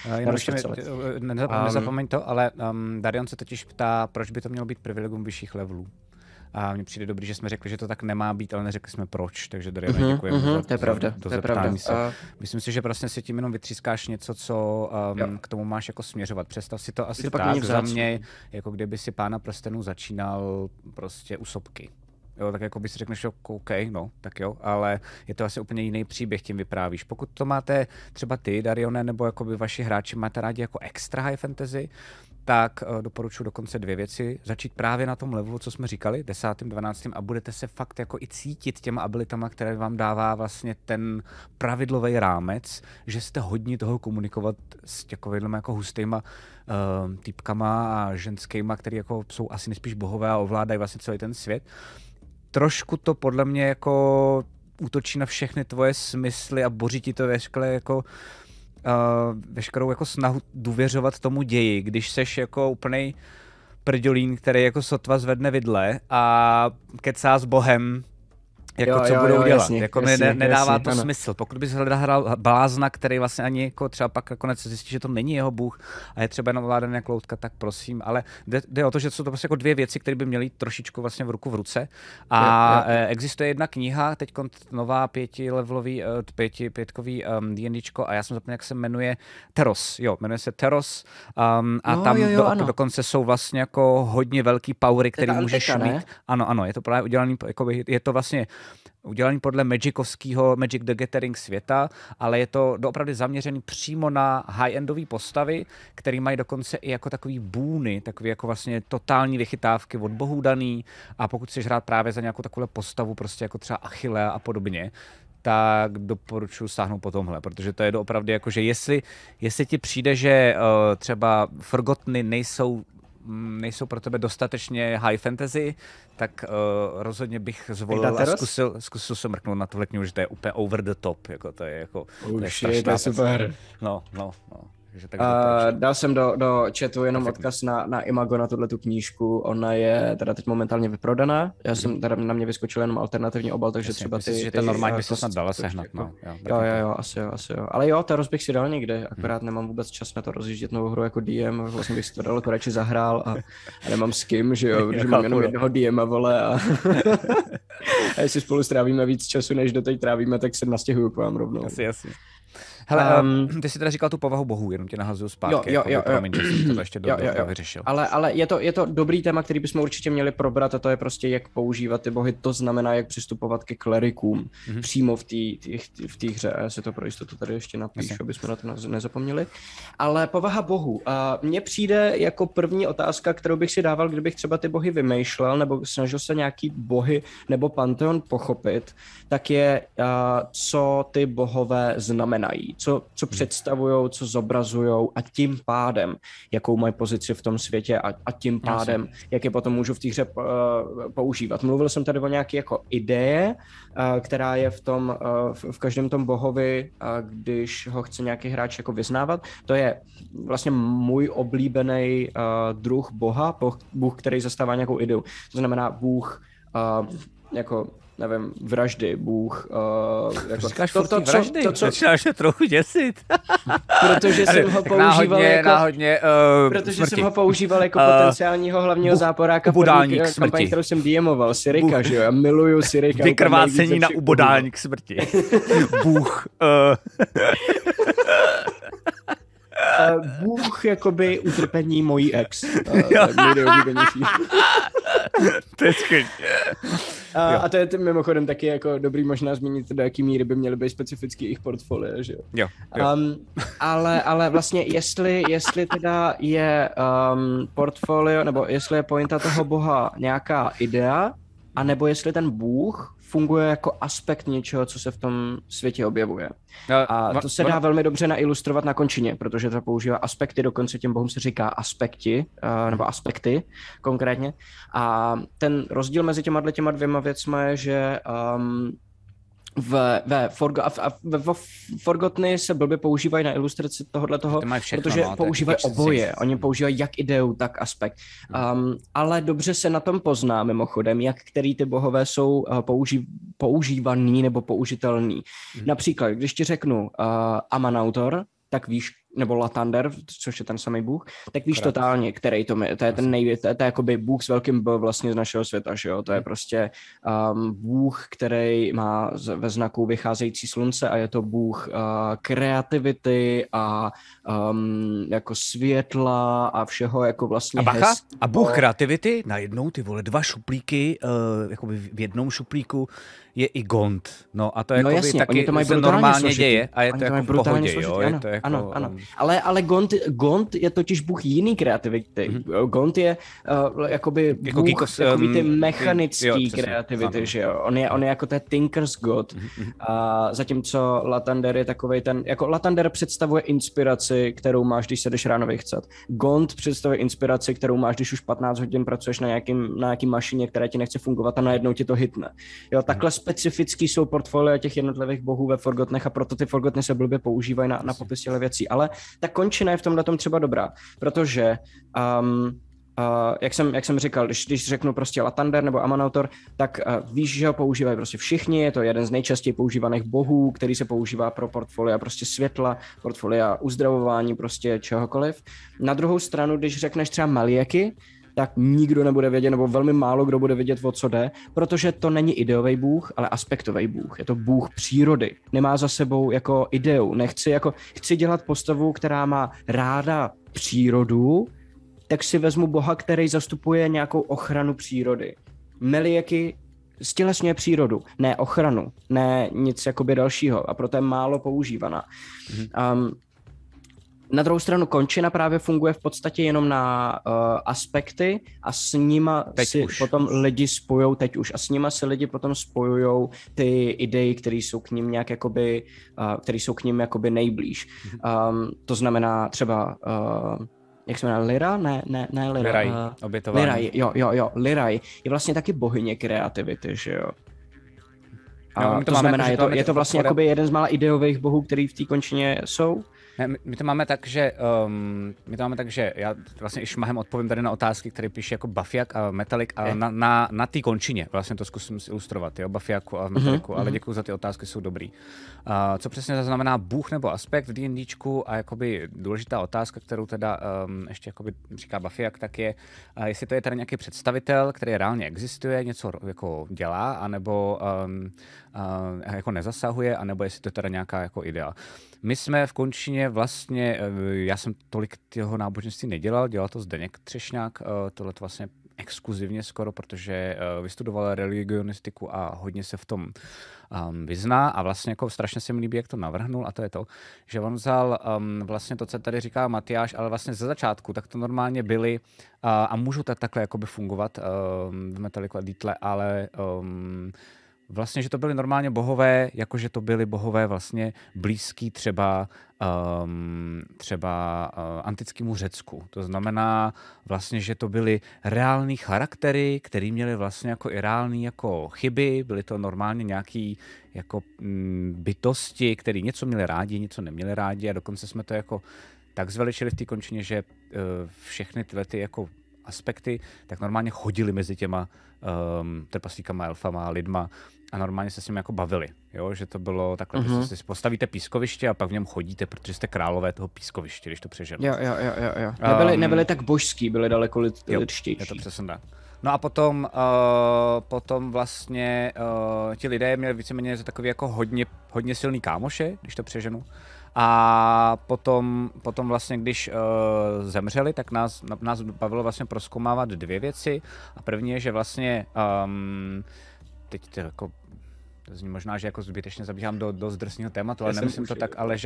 nezapomeň to, ale Darion se totiž ptá, proč by to mělo být privilegium vyšších levelů. A mně přijde dobrý, že jsme řekli, že to tak nemá být, ale neřekli jsme proč, takže Dariane, děkujeme za zeptání se. Myslím si, že prostě si tím jenom vytřískáš něco, co k tomu máš jako směřovat. Představ si to asi tak za mě, jako kdyby si Pána prstenů začínal prostě u sopky. Jo, tak jako by si řekneš, OK, no, tak jo, ale je to asi úplně jiný příběh, tím vyprávíš. Pokud to máte třeba ty, Darione, nebo jako by vaši hráči máte rádi jako extra high fantasy, tak doporučuji dokonce 2 věci. Začít právě na tom levelu, co jsme říkali, 10., 12. a budete se fakt jako i cítit těma abilitama, které vám dává vlastně ten pravidlový rámec, že jste hodní toho komunikovat s takovými jako hustýma týpkama a ženskýma, který jako jsou asi nejspíš bohové a ovládají vlastně celý ten svět. Trošku to podle mě jako útočí na všechny tvoje smysly a boří ti to veškerou jako snahu důvěřovat tomu ději, když seš jako úplnej prdělín, který jako sotva zvedne vidle a kecá s bohem Jako co budou dělat, jasně, jako jasně, nedává jasně, to ano. smysl. Pokud bys hrál blázna, který vlastně ani jako třeba pak nakonec zjistí, že to není jeho bůh a je třeba jenom ovládaný jak loutka, tak prosím, ale jde o to, že jsou to prostě jako dvě věci, které by měly trošičku vlastně v ruku v ruce. A existuje jedna kniha, teď nová pětkový D&Dčko a já jsem zapomněl, jak se jmenuje jmenuje se Teros a tam dokonce jsou vlastně jako hodně velký powery, který můžeš mít. Ano, je to právě udělaný, je to vlastně udělaný podle Magic the Gathering světa, ale je to doopravdy zaměřený přímo na high-endové postavy, které mají dokonce i jako takový bůny, takový jako vlastně totální vychytávky od bohů daný a pokud chceš hrát právě za nějakou takovou postavu, prostě jako třeba Achillea a podobně, tak doporučuji sáhnout po tomhle, protože to je doopravdy jako, že jestli ti přijde, že třeba Forgotteny nejsou pro tebe dostatečně high fantasy, tak rozhodně bych zvolil a zkusil se mrknout na tohle knihu, že to je úplně over the top, jako to je jako to je super. No. Dal jsem do chatu jenom odkaz na Imago, na tuhletu knížku, ona je teda teď momentálně vyprodaná, já jsem teda na mě vyskočil jenom alternativní obal, takže třeba myslím, že ten normálně by se snad dala sehnat, no. Jo, asi jo, ale jo, Teros bych si dal někde, akorát nemám vůbec čas na to rozjíždět novou hru jako DM, vlastně bych si to daleko radši zahrál a nemám s kým, že jo, protože mám jenom jednoho DMa, vole, a jestli spolu strávíme víc času, než doteď trávíme, tak se nastěhuju k vám rovnou. Asi. Hele, ty jsi teda říkal tu povahu bohů, jenom tě nahazuju zpátky. Promiň, že jsi to ještě vyřešil. Ale je to dobrý téma, který bychom určitě měli probrat, a to je prostě, jak používat ty bohy, to znamená, jak přistupovat ke klerikům přímo v té hře. A já si to pro jistotu tady ještě napíšu, aby jsme na to nezapomněli. Ale povaha bohů. Mně přijde jako první otázka, kterou bych si dával, kdybych třeba ty bohy vymýšlel, nebo snažil se nějaký bohy nebo panteon pochopit, tak je, co ty bohové znamenají. Co představujou, co zobrazujou a tím pádem, jakou mají pozici v tom světě a tím pádem, jak je potom můžu v té hře používat. Mluvil jsem tady o nějaké jako ideje, která je v každém tom bohovi, když ho chce nějaký hráč jako vyznávat. To je vlastně můj oblíbený druh boha, bůh, který zastává nějakou ideu. To znamená bůh jako nevím, vraždy, bůh. Jako, říkáš furt vraždy, začínáš se trochu děsit. Protože jsem ho používal protože jsem ho používal jako potenciálního hlavního záporáka ubodálník smrti. Kampaň, kterou jsem DMoval, Sirika, že jo, já miluju Sirika. Vykrvácení na ubodálník smrti. Bůh. Bůh jakoby utrpení mojí ex. To je skvělé. A to je mimochodem taky jako dobrý možná zmínit, do jaký míry by měly být specifický jejich portfolio, že jo. Ale vlastně jestli teda je portfolio, nebo jestli je pointa toho boha nějaká idea, anebo jestli ten bůh funguje jako aspekt něčeho, co se v tom světě objevuje. A to se dá velmi dobře nailustrovat na končině, protože to používá aspekty, dokonce těm bohům se říká aspekti, nebo aspekty konkrétně. A ten rozdíl mezi těma dvěma věcma je, že ve Forgotteny se blbě používají na ilustraci tohoto, protože používají oboje. Oni používají jak ideu, tak aspekt. Ale dobře se na tom pozná mimochodem, jak který ty bohové jsou používaný nebo použitelný. Například, když ti řeknu Amanautor, tak víš, nebo Lathander, což je ten samý bůh, tak víš totálně, který to je. To je ten největší, to je jakoby bůh s velkým B vlastně z našeho světa, že jo? To je prostě bůh, který má ve znaku vycházející slunce a je to bůh kreativity a jako světla a všeho jako vlastně a bůh kreativity, najednou ty vole 2 šuplíky, jakoby v jednom šuplíku je i Gond. No a to jako jasně, taky se normálně děje a je to jako v pohodě, jo? Ano. Ale Gond je totiž bůh jiný kreativity. Gond je jakoby bůh takový ty mechanický kreativity, že jo. On je jako ten Tinker's God. Zatímco Lathander je takovej ten, jako Lathander představuje inspiraci, kterou máš, když se jdeš ráno vychcat. Gond představuje inspiraci, kterou máš, když už 15 hodin pracuješ na nějaký mašině, která ti nechce fungovat a najednou ti to hitne. Jo, takhle specifický jsou portfolia těch jednotlivých bohů ve Forgottenech a proto ty Forgotteny se blbě používají na popis těchto věcí. Ale ta končina je v tomhletom třeba dobrá, protože jak jsem říkal, když řeknu prostě Lathander nebo Amanautor, tak víš, že ho používají prostě všichni, je to jeden z nejčastěji používaných bohů, který se používá pro portfolia prostě světla, portfolia uzdravování, prostě čehokoliv. Na druhou stranu, když řekneš třeba Malieky, tak nikdo nebude vědět, nebo velmi málo kdo bude vědět, o co jde, protože to není ideový bůh, ale aspektový bůh. Je to bůh přírody. Nemá za sebou jako ideu. Chci dělat postavu, která má ráda přírodu, tak si vezmu boha, který zastupuje nějakou ochranu přírody. Melieky stělesňuje přírodu, ne ochranu, ne nic jakoby dalšího a proto je málo používaná. Na druhou stranu končina právě funguje v podstatě jenom na aspekty a s nima potom lidi spojujou, a s nima se lidi potom spojujou ty idei, které jsou k nim nějak jakoby, které jsou k nim jakoby nejblíž. To znamená třeba jak se jmenuje, Lyra? Ne Lyra. Liraj, obětování. Liraj, jo. Liraj je vlastně taky bohyně kreativity, že jo. To znamená, je to vlastně jakoby jeden z mála ideových bohů, který v té končině jsou. Ne, my to máme tak, že já vlastně i šmahem odpovím tady na otázky, které píše jako Bafiak a Metalik a na té končině vlastně to zkusím ilustrovat, jo, Bafiaku a Metaliku, ale děkuji za ty otázky, jsou dobrý. Co přesně znamená bůh nebo aspekt v D&Dčku a jakoby důležitá otázka, kterou teda ještě jakoby říká Bafiak, tak je, jestli to je tady nějaký představitel, který reálně existuje, něco jako dělá, anebo jako nezasahuje, anebo jestli to je teda nějaká jako idea. My jsme v končině vlastně, já jsem tolik jeho náboženství nedělal, dělal to Zdeněk Třešňák, tohle to vlastně exkluzivně skoro, protože vystudoval religionistiku a hodně se v tom vyzná a vlastně jako strašně se mi líbí, jak to navrhnul a to je to, že on vzal vlastně to, co tady říká Matyáš, ale vlastně ze začátku, tak to normálně byly a můžou takhle jakoby fungovat v Metaliku a Dýtle, ale vlastně, že to byly normálně bohové, jakože to byly bohové vlastně blízký třeba antickému Řecku. To znamená vlastně, že to byly reální charaktery, které měly vlastně jako i reální jako chyby, byly to normálně nějaký jako bytosti, které něco měly rádi, něco neměli rádi a dokonce jsme to jako tak zveličili v té končině, že všechny tyhle ty jako aspekty tak normálně chodili mezi těma trpaslíkama, elfama, lidma a normálně se s nimi jako bavili, jo? Že to bylo takhle, že si postavíte pískoviště a pak v něm chodíte, protože jste králové toho pískoviště, když to přeženu. Jo. Nebyli tak božský, byli daleko lidštější. Je to přesně tak. No a potom vlastně ti lidé měli víceméně takový jako hodně silný kámoše, když to přeženu. A potom vlastně, když zemřeli, tak nás bavilo vlastně prozkoumávat dvě věci. A první je, že vlastně teď to jako to zní možná, že jako zbytečně zabíhám do dost drsného tématu, ale nemyslím to tak, ale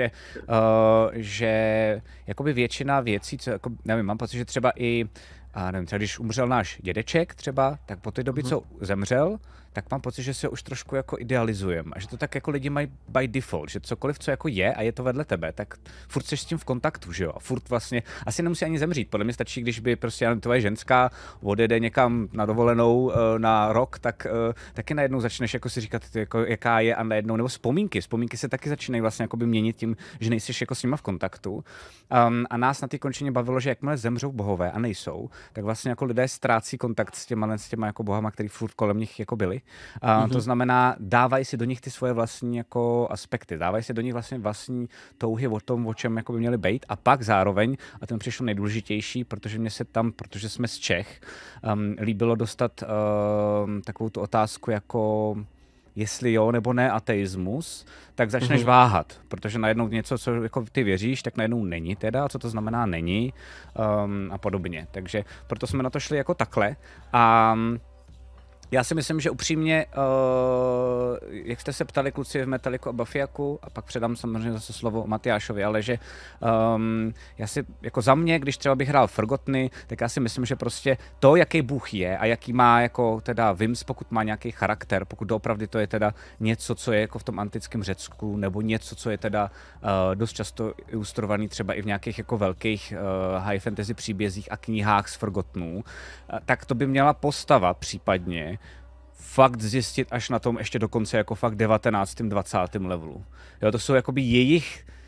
že jakoby většina věcí, co jako, nevím, mám pocit, že třeba i nevím, třeba když umřel náš dědeček třeba, tak po té době, co zemřel, tak mám pocit, že se už trošku jako idealizujeme a že to tak jako lidi mají by default, že cokoliv, co jako je a je to vedle tebe, tak furt jsi s tím v kontaktu, že jo? A furt vlastně asi nemusí ani zemřít. Podle mě stačí, když by prostě tvoje ženská odjede někam na dovolenou na rok, tak taky najednou začneš jako si říkat, jako, jaká je a najednou, nebo vzpomínky se taky začínají vlastně jako by měnit tím, že nejsi jako s nima v kontaktu. A nás na té končině bavilo, že jakmile zemřou bohové a nejsou, tak vlastně jako lidé ztrácí kontakt s těma jako bohama, který furt kolem nich jako byli. To znamená, dávají si do nich ty svoje vlastní jako aspekty, dávají si do nich vlastně vlastní touhy o tom, o čem jako by měly být a pak zároveň, a ten přišlo nejdůležitější, protože mě se tam, protože jsme z Čech, líbilo dostat takovou tu otázku jako jestli jo nebo ne ateismus, tak začneš váhat, protože najednou něco, co jako ty věříš, tak najednou není teda, a co to znamená není a podobně. Takže proto jsme na to šli jako takhle a já si myslím, že upřímně, jak jste se ptali kluci v Metaliku a Bafiaku, a pak předám samozřejmě zase slovo Matyášovi, ale že já si, jako za mě, když třeba bych hrál Forgotny, tak já si myslím, že prostě to, jaký bůh je a jaký má jako teda Vims, pokud má nějaký charakter, pokud doopravdy to je teda něco, co je jako v tom antickém Řecku, nebo něco, co je teda dost často ilustrovaný třeba i v nějakých jako velkých high fantasy příbězích a knihách z Forgotnů, tak to by měla postava případně fakt zjistit až na tom ještě dokonce jako fakt 19. 20. levelu. Jo, to jsou jakoby jejich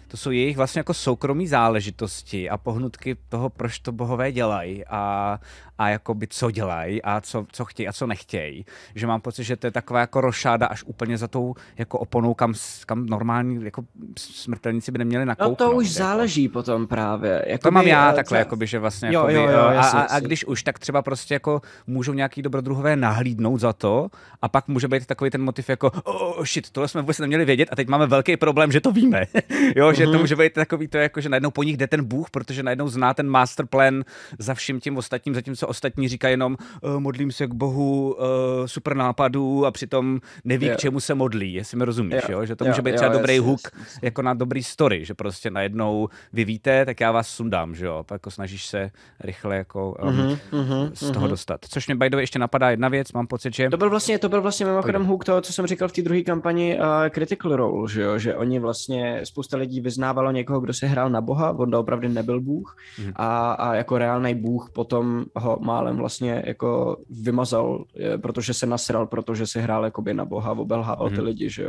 to jsou jejich vlastně jako soukromí záležitosti a pohnutky toho, proč to bohové dělají a jakoby co dělají a co chtějí a co nechtějí. Že mám pocit, že to je taková jako rošáda až úplně za tou jako oponou, kam normální jako smrtelníci by neměli nakouknout. No to už jako. záleží potom právě. Jakoby, to mám já takhle, jakoby, že vlastně jo, jakoby, jasně. A když už, tak třeba prostě jako můžou nějaký dobrodruhové nahlídnout za to a pak může být takový ten motiv jako shit, tohle jsme vůbec neměli vědět a teď máme velký problém, že to víme. Jo, že to může být takový to jako, že najednou po nich jde ten Bůh, protože najednou zná ten master plan za vším tím ostatním, zatímco ostatní říkají jenom modlím se k Bohu super nápadů a přitom neví, k čemu se modlí, jestli mi rozumíš, jo? Že to může být třeba dobrý hook jako na dobrý story, že prostě najednou vy víte, tak já vás sundám, že jo, pak jako snažíš se rychle jako z toho dostat. Což mě by the way ještě napadá jedna věc, mám pocit, že... To byl vlastně mimochodem hook toho, co jsem říkal v té druhé kampani Critical Role, že jo, že oni vlastně, spousta lidí vyznávalo někoho, kdo se hrál na boha, on opravdu nebyl bůh a jako reálnej bůh potom ho málem vlastně jako vymazal, protože se nasral, protože se hrál jakoby na boha, obelhával ty lidi, že jo.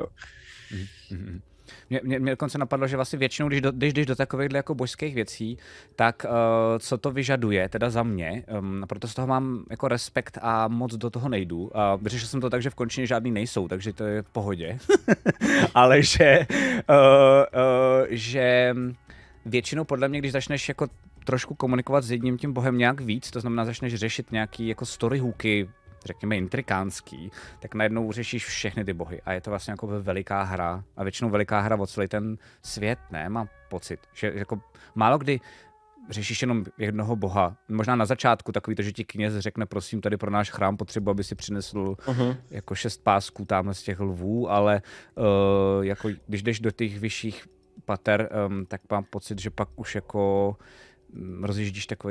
Mě dokonce napadlo, že vlastně většinou, když jdeš do takovýchhle jako božských věcí, tak co to vyžaduje, teda za mě, proto z toho mám jako respekt a moc do toho nejdu. Vyřešil jsem to tak, že v končině žádný nejsou, takže to je v pohodě. Ale že většinou podle mě, když začneš jako trošku komunikovat s jedním tím bohem nějak víc, to znamená začneš řešit nějaký jako story hooky, řekněme intrikánský, tak najednou řešíš všechny ty bohy a je to vlastně jako veliká hra a většinou veliká hra o celý ten svět, ne? Mám pocit, že jako málo kdy řešíš jenom jednoho boha. Možná na začátku takový to, že ti kněz řekne, prosím, tady pro náš chrám potřebuji, aby si přinesl jako 6 pásků tamhle z těch lvů, ale jako když jdeš do těch vyšších pater, tak mám pocit, že pak už jako rozjíždíš takový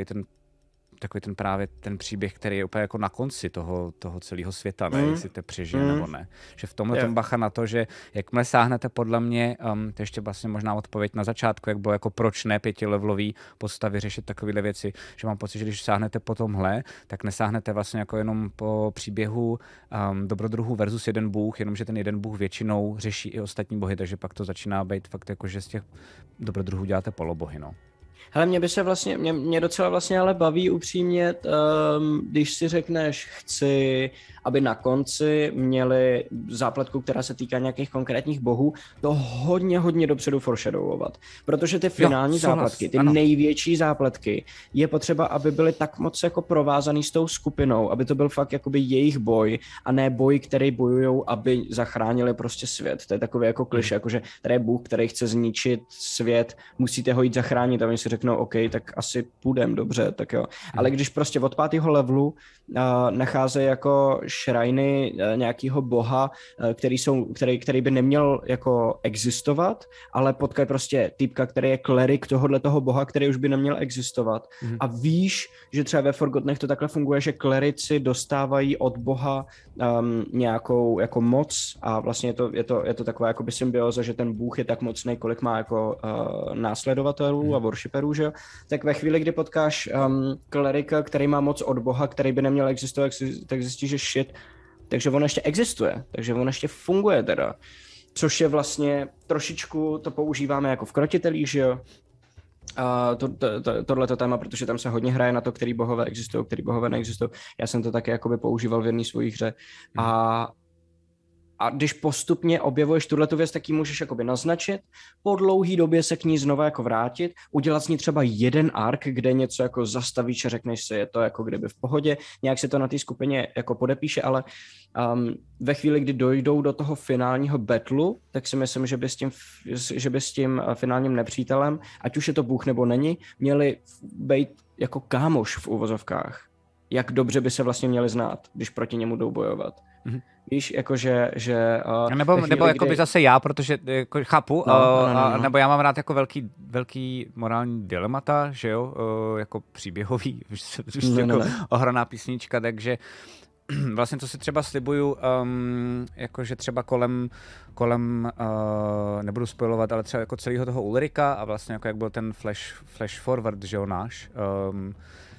ten právě ten příběh, který je úplně jako na konci toho celého světa, ne? Jestli to přežije nebo ne. Že v tomhle tom bacha na to, že jakmile sáhnete podle mě, to ještě vlastně možná odpověď na začátku, jak bylo jako proč ne 5levelový postavy řešit takovéhle věci, že mám pocit, že když sáhnete po tomhle, tak nesáhnete vlastně jako jenom po příběhu dobrodruhů versus jeden bůh, jenomže ten jeden bůh většinou řeší i ostatní bohy, takže pak to začíná být fakt jako, že z těch dobrodruhů děláte polobohy, no. Hele, mě docela vlastně ale baví upřímně, když si řekneš, chci, aby na konci měli zápletku, která se týká nějakých konkrétních bohů, to hodně dopředu foreshadowovat. Protože ty finální zápletky, ty největší zápletky, je potřeba, aby byly tak moc jako provázaný s tou skupinou, aby to byl fakt jakoby jejich boj a ne boj, který bojujou, aby zachránili prostě svět. To je takový jako klišé, jakože tady je bůh, který chce zničit svět, musíte ho jít zachránit a oni si řeknou, OK, tak asi půjdem, dobře, tak jo. Ale když prostě od 5. levelu nacházejí jako šrajny nějakého boha, který by neměl jako existovat, ale potkají prostě týpka, který je klerik toho boha, který už by neměl existovat. A víš, že třeba ve Forgottenech to takhle funguje, že klerici dostávají od boha nějakou jako moc a vlastně je to taková jakoby symbioza, že ten bůh je tak mocný, kolik má jako následovatelů a worshiperů, že jo? Tak ve chvíli, kdy potkáš klerika, který má moc od boha, který by neměl existovat, tak zjistíš, že shit, takže on ještě existuje, takže on ještě funguje teda. Což je vlastně trošičku, to používáme jako v krotitelích, že jo? Tohleto téma, protože tam se hodně hraje na to, který bohové existují, který bohové neexistují. Já jsem to taky jakoby používal v jedné svojí hře. A když postupně objevuješ tuhletu věc, tak ji můžeš jakoby naznačit, po dlouhý době se k ní znova jako vrátit, udělat s ní třeba jeden ark, kde něco jako zastavíš a řekneš si, je to jako kdyby v pohodě, nějak se to na té skupině jako podepíše, ale ve chvíli, kdy dojdou do toho finálního battlu, tak si myslím, že by s tím finálním nepřítelem, ať už je to bůh nebo není, měli být jako kámoš v uvozovkách. Jak dobře by se vlastně měli znát, když proti němu jdou bojovat. Víš, jakože... Nebo jako by zase já, protože jako chápu, nebo já mám rád jako velký morální dilemata, že jo, jako příběhový, jako ohraná písnička, takže vlastně to si třeba slibuju, jakože třeba kolem nebudu spoilovat, ale třeba jako celého toho Ulrika a vlastně jako jak byl ten flash forward, že jo, náš,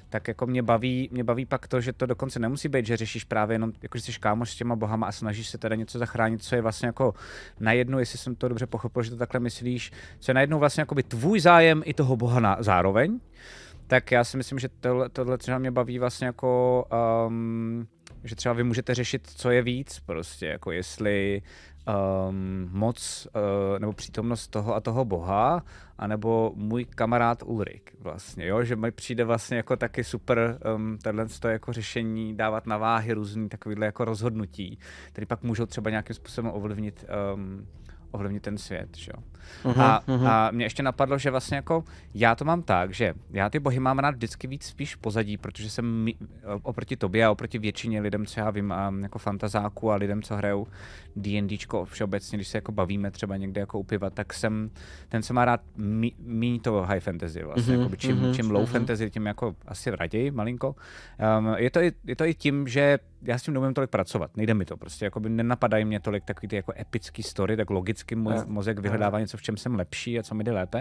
tak jako mě baví pak to, že to dokonce nemusí být, že řešíš právě jenom, jako že jsi kámoš s těma bohama a snažíš se teda něco zachránit, co je vlastně jako najednou, jestli jsem to dobře pochopil, že to takhle myslíš, co je najednou vlastně jakoby tvůj zájem i toho boha zároveň, tak já si myslím, že tohle třeba mě baví vlastně jako, že třeba vy můžete řešit, co je víc prostě, jako jestli moc nebo přítomnost toho a toho boha, anebo můj kamarád Ulrik vlastně, jo, že mi přijde vlastně jako taky super tohle jako řešení dávat na váhy různý takovýhle jako rozhodnutí, které pak můžou třeba nějakým způsobem ovlivnit ten svět, že jo. A mě ještě napadlo, že vlastně jako já to mám tak, že já ty bohy mám rád vždycky víc spíš v pozadí, protože jsem oproti tobě a oproti většině lidem, co já vím, jako fantazáků a lidem, co hrajou D&Dčko všeobecně, když se jako bavíme třeba někde jako u piva, tak ten se má rád míň to high fantasy vlastně, jako čím low fantasy, tím jako asi raději malinko. Je to i tím, že já s tím neumím tolik pracovat, nejde mi to prostě, jako by nenapadají mě tolik takový ty jako epický story, tak logicky můj mozek vyhledává něco, v čem jsem lepší a co mi jde lépe.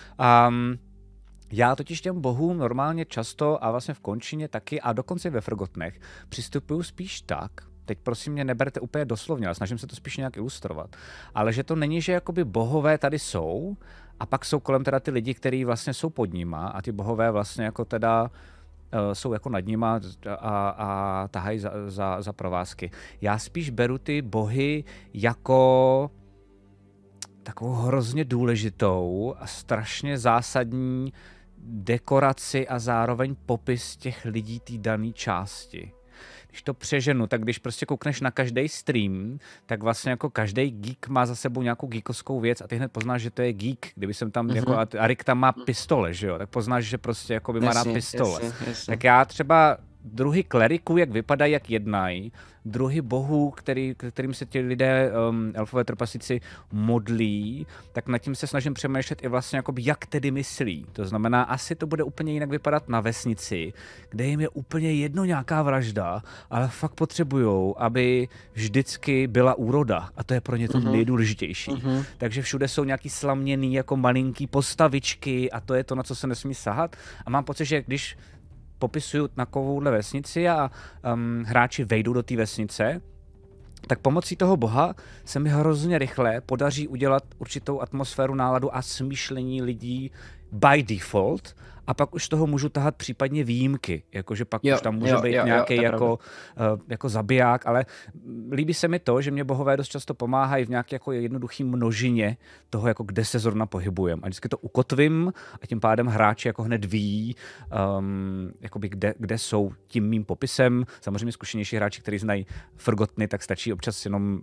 Já totiž těm bohům normálně často a vlastně v končině taky a dokonce ve Forgottenech přistupuju spíš tak, teď prosím mě neberte úplně doslovně, ale snažím se to spíš nějak ilustrovat, ale že to není, že jakoby bohové tady jsou a pak jsou kolem teda ty lidi, kteří vlastně jsou pod nima a ty bohové vlastně jako teda jsou jako nad nima a tahají za provázky. Já spíš beru ty bohy jako takovou hrozně důležitou a strašně zásadní dekoraci a zároveň popis těch lidí té dané části. Když to přeženu, tak když prostě koukneš na každý stream, tak vlastně jako každý geek má za sebou nějakou geekovskou věc a ty hned poznáš, že to je geek. Kdyby jsem tam jako Arik tam má pistole, že jo, tak poznáš, že prostě jako by má rád pistole. Jasně. Tak já třeba druhy kleriků, jak vypadají, jak jednají, druhy bohů, kterým se ti lidé, elfové trpaslíci, modlí, tak nad tím se snažím přemýšlet i vlastně, jakoby, jak tedy myslí. To znamená, asi to bude úplně jinak vypadat na vesnici, kde jim je úplně jedno nějaká vražda, ale fakt potřebujou, aby vždycky byla úroda. A to je pro ně to nejdůležitější. Takže všude jsou nějaký slaměný jako malinký postavičky a to je to, na co se nesmí sahat. A mám pocit, že když popisuju takovouhle vesnici a hráči vejdou do té vesnice, tak pomocí toho boha se mi hrozně rychle podaří udělat určitou atmosféru, náladu a smýšlení lidí by default a pak už z toho můžu tahat případně výjimky, jakože pak už tam může být nějaký jako zabiják, ale líbí se mi to, že mě bohové dost často pomáhají v nějaké jako jednoduchý množině toho, jako kde se zrovna pohybujeme. A vždycky to ukotvím a tím pádem hráči jako hned ví, jakoby kde jsou tím mým popisem. Samozřejmě zkušenější hráči, kteří znají Forgotteny, tak stačí občas jenom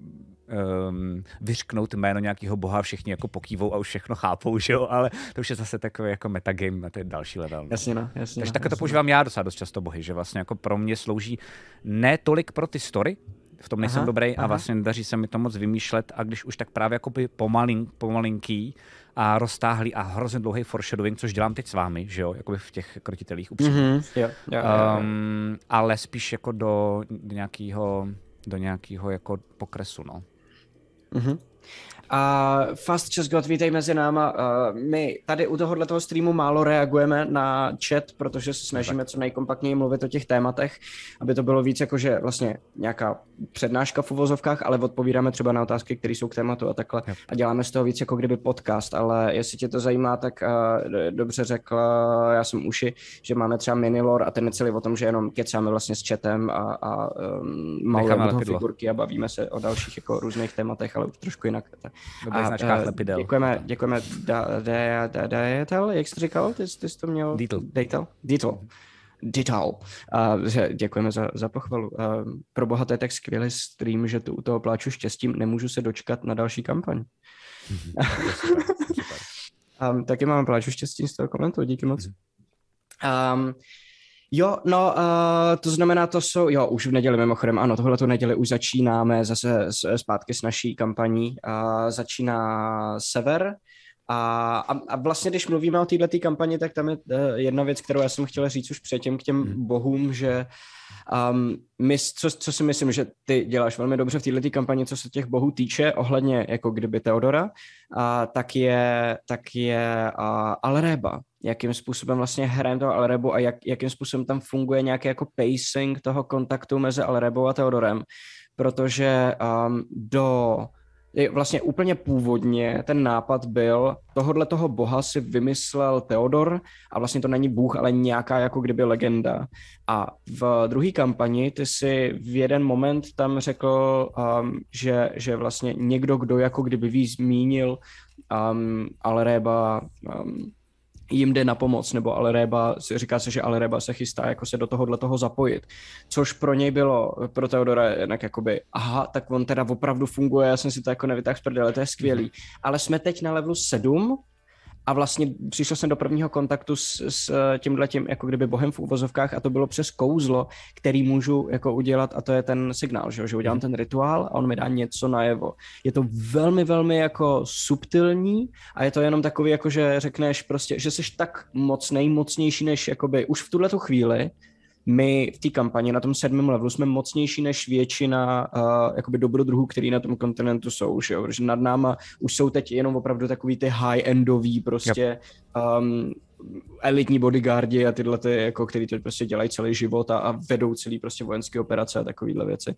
vyřknout jméno nějakého boha, všichni jako pokývou a už všechno chápou, že jo, ale to už je zase takový jako metagame a to je další level. Jasně. Takže takhle to používám já dost často bohy, že vlastně jako pro mě slouží ne tolik pro ty story, v tom nejsem dobrý a vlastně nedaří se mi to moc vymýšlet a když už tak právě jakoby pomalinký a roztáhlý a hrozně dlouhý foreshadowing, což dělám teď s vámi, že jo, jakoby v těch krotitelích upřímně. Ale spíš jako do nějakého jako pokresu, no. Fast Just God, vítej mezi náma. My tady u tohoto streamu málo reagujeme na chat, protože se snažíme co nejkompaktněji mluvit o těch tématech, aby to bylo víc jakože vlastně nějaká přednáška v uvozovkách, ale odpovídáme třeba na otázky, které jsou k tématu a takhle. A děláme z toho víc jako kdyby podcast, ale jestli tě to zajímá, tak dobře řekl, já jsem uši, že máme třeba minilore a ten je celý o tom, že jenom kecáme vlastně s chatem a malujeme toho figurky a bavíme se o dalších jako různých tématech, ale už trošku jinak. Dobrý značkách lepidel. Děkujeme Daetel, jak jsi říkal? Ty jsi to měl? Detail. Děkujeme za pochvalu. Pro boha to je tak skvělý stream, že tu u toho pláču štěstím, nemůžu se dočkat na další kampaň. Taky máme pláču štěstím z toho komentu, díky moc. To znamená, to jsou, už v neděli mimochodem, ano, tohleto neděli už začínáme zase zpátky s naší kampaní. Začíná Sever, A vlastně, když mluvíme o této kampani, tak tam je jedna věc, kterou já jsem chtěla říct už předtím k těm bohům, že co si myslím, že ty děláš velmi dobře v této kampani, co se těch bohů týče, ohledně jako kdyby Theodora, tak je Alreba. Jakým způsobem vlastně hrajeme toho Alrebu a jakým způsobem tam funguje nějaký jako pacing toho kontaktu mezi Alrebou a Theodorem, protože vlastně úplně původně ten nápad byl, toho boha si vymyslel Theodor a vlastně to není bůh, ale nějaká jako kdyby legenda. A v druhé kampani ty si v jeden moment tam řekl, že vlastně někdo, kdo jako kdyby víc zmínil Alreba, jim jde na pomoc, nebo Alreba, říká se, že Alreba se chystá jako se do toho zapojit, což pro něj bylo, pro Theodora jednak jakoby, aha, tak on teda opravdu funguje, já jsem si to jako nevytáhl z prdele, to je skvělý, ale jsme teď na levelu 7 a vlastně přišel jsem do prvního kontaktu s tímhletím jako kdyby bohem v uvozovkách a to bylo přes kouzlo, který můžu jako udělat a to je ten signál, že udělám ten rituál a on mi dá něco najevo. Je to velmi, velmi jako subtilní a je to jenom takový jako, že řekneš prostě, že jsi tak mocnější než jakoby už v tuhletu chvíli. My v té kampani na tom 7. levelu jsme mocnější než většina jakoby dobrodruhů, který na tom kontinentu jsou, že jo? Protože nad náma už jsou teď jenom opravdu takový ty high-endový prostě elitní bodyguardi a tyhle ty, jako, který to prostě dělají celý život a vedou celý prostě vojenské operace a takovýhle věci.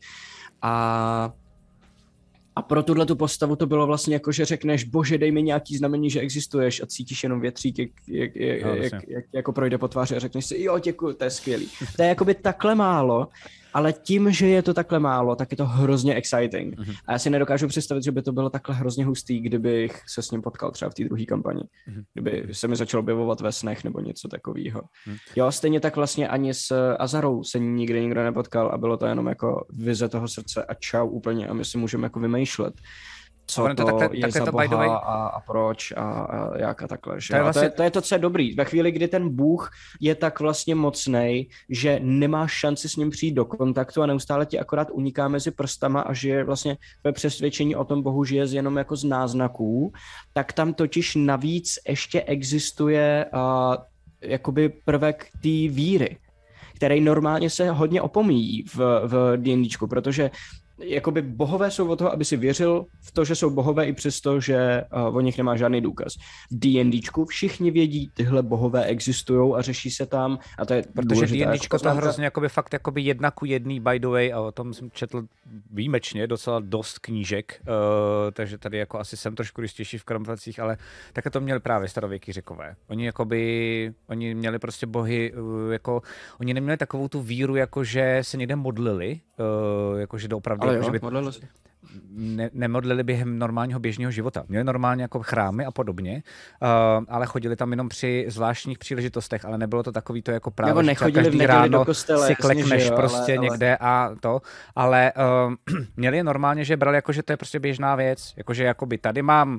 A pro tuhletu postavu to bylo vlastně jako, že řekneš, bože, dej mi nějaký znamení, že existuješ a cítíš jenom větřík, jak jako projde po tváři a řekneš si, jo, děkuju, to je skvělý. To je jakoby takhle málo, ale tím, že je to takhle málo, tak je to hrozně exciting. A já si nedokážu představit, že by to bylo takhle hrozně hustý, kdybych se s ním potkal třeba v té druhé kampani. Kdyby se mi začal objevovat ve snech nebo něco takového. Jo, stejně tak vlastně ani s Azarou se nikdy nikdo nepotkal a bylo to jenom jako vize toho srdce a čau úplně a my si můžeme jako vymýšlet, co to takhle, je za boha a proč a jak a takhle. Že? To je to, co je dobrý. Ve chvíli, kdy ten bůh je tak vlastně mocnej, že nemáš šanci s ním přijít do kontaktu a neustále ti akorát uniká mezi prstama a žije vlastně ve přesvědčení o tom bohu žije jenom jako z náznaků, tak tam totiž navíc ještě existuje jakoby prvek té víry, který normálně se hodně opomíjí v D&Dčku, protože jakoby bohové jsou od toho, aby si věřil v to, že jsou bohové i přesto, že o nich nemá žádný důkaz. V D&Dčku všichni vědí, tyhle bohové existujou a řeší se tam a to je protože D&Dčko to hrozně jakoby fakt jakoby 1:1 by the way a o tom jsem četl výjimečně docela dost knížek, takže tady jako asi jsem trošku jistější v kramfacích, ale také to měli právě starověký Řekové. Oni měli prostě bohy, jako oni neměli takovou tu víru, jako že se někde modlili, jakože doopravdy ale jako, jo, že by nemodlili během normálního běžného života. Měli normálně jako chrámy a podobně, ale chodili tam jenom při zvláštních příležitostech, ale nebylo to takový to jako právě, že každý ráno do kostele, si klekneš jo, prostě někde a to, ale měli je normálně, že brali jako, že to je prostě běžná věc, jakože jakoby tady mám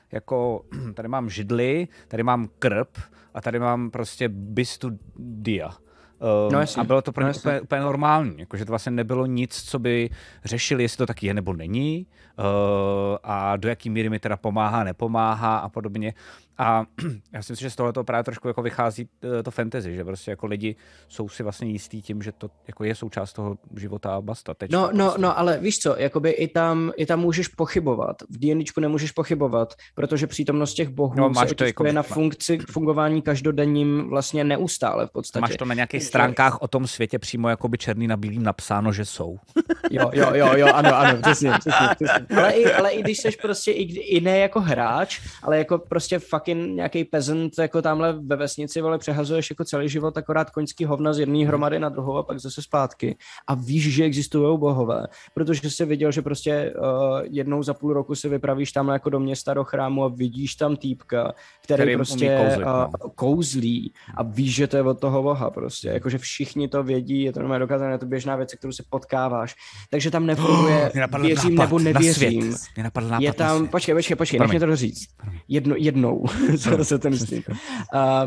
židli, tady mám krb a tady mám prostě bystu dia. A bylo to pro ně úplně normální, jakože to vlastně nebylo nic, co by řešili, jestli to tak je nebo není a do jaký míry mi teda pomáhá, nepomáhá a podobně. A já si myslím, že z tohoto právě trošku jako vychází to fantasy, že prostě jako lidi jsou si vlastně jistý tím, že to jako je součást toho života a basta. No, ale víš co, jakoby i tam můžeš pochybovat. V D&Dčku nemůžeš pochybovat, protože přítomnost těch bohů se otiskuje na fungování každodenním vlastně neustále v podstatě. Máš to na nějakých stránkách o tom světě přímo jakoby černý na bílým napsáno, že jsou. Jo, ano, přesně. Ale i když seš prostě i ne jako hráč, ale jako prostě fucking nějaký peasant jako tamhle ve vesnici, vole, přehazuješ jako celý život akorát koňský hovna z jedné hromady na druhou a pak zase zpátky. A víš, že existují bohové, protože jsi viděl, že prostě jednou za půl roku si vypravíš tamhle jako do města, do chrámu a vidíš tam týpka, který prostě kouzlí a víš, že to je od toho boha prostě. Jakože všichni to vědí, je to normálně dokázané, je to běžná věc, kterou se potkáváš. Takže tam nefunguje věřím nebo nevěřím. Je tam, počkej, nech mě to říct. Jednou. Co se to myslím.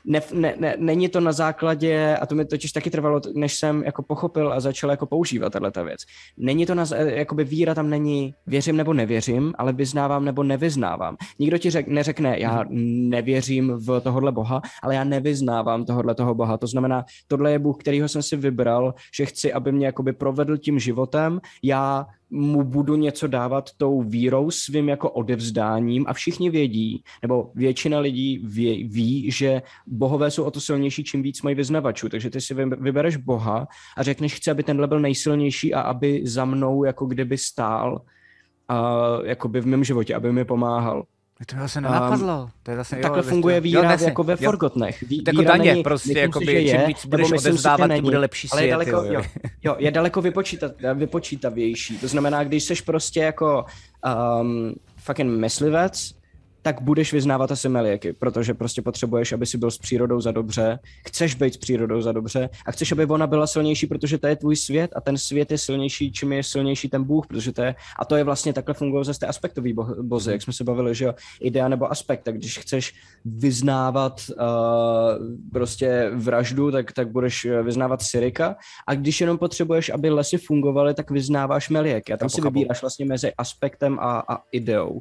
není to na základě, a to mi totiž taky trvalo, než jsem jako pochopil a začal jako používat tato věc. Není to jakoby víra tam není věřím nebo nevěřím, ale vyznávám nebo nevyznávám. Nikdo ti neřekne, já nevěřím v tohohle boha, ale já nevyznávám tohohle toho boha. To znamená, tohle je Bůh, kterýho jsem si vybral, že chci, aby mě jakoby provedl tím životem, já mu budu něco dávat tou vírou svým jako odevzdáním a všichni vědí, nebo většina lidí ví, že bohové jsou o to silnější, čím víc mají vyznavačů, takže ty si vybereš boha a řekneš, chci, aby tenhle byl nejsilnější a aby za mnou jako kdyby stál jakoby v mém životě, aby mi pomáhal. To mi vlastně nenapadlo. To je zase, takhle funguje víra jako ve Forgotnech. Jako daně, prostě jakoby, čím víc budeš odevzdávat, to bude lepší svět. Je daleko vypočítavější. To znamená, když seš prostě jako fucking myslivec, tak budeš vyznávat asi meliéky, protože prostě potřebuješ, aby si byl s přírodou za dobře, chceš být s přírodou za dobře a chceš, aby ona byla silnější, protože to je tvůj svět a ten svět je silnější, čím je silnější ten Bůh, protože to je vlastně takhle fungují zase ty aspektový bozy, jak jsme se bavili, že jo, idea nebo aspekt, tak když chceš vyznávat prostě vraždu, tak budeš vyznávat Sirika a když jenom potřebuješ, aby lesy fungovaly, tak vyznáváš meliéky a tam si vybíráš vlastně mezi aspektem a ideou.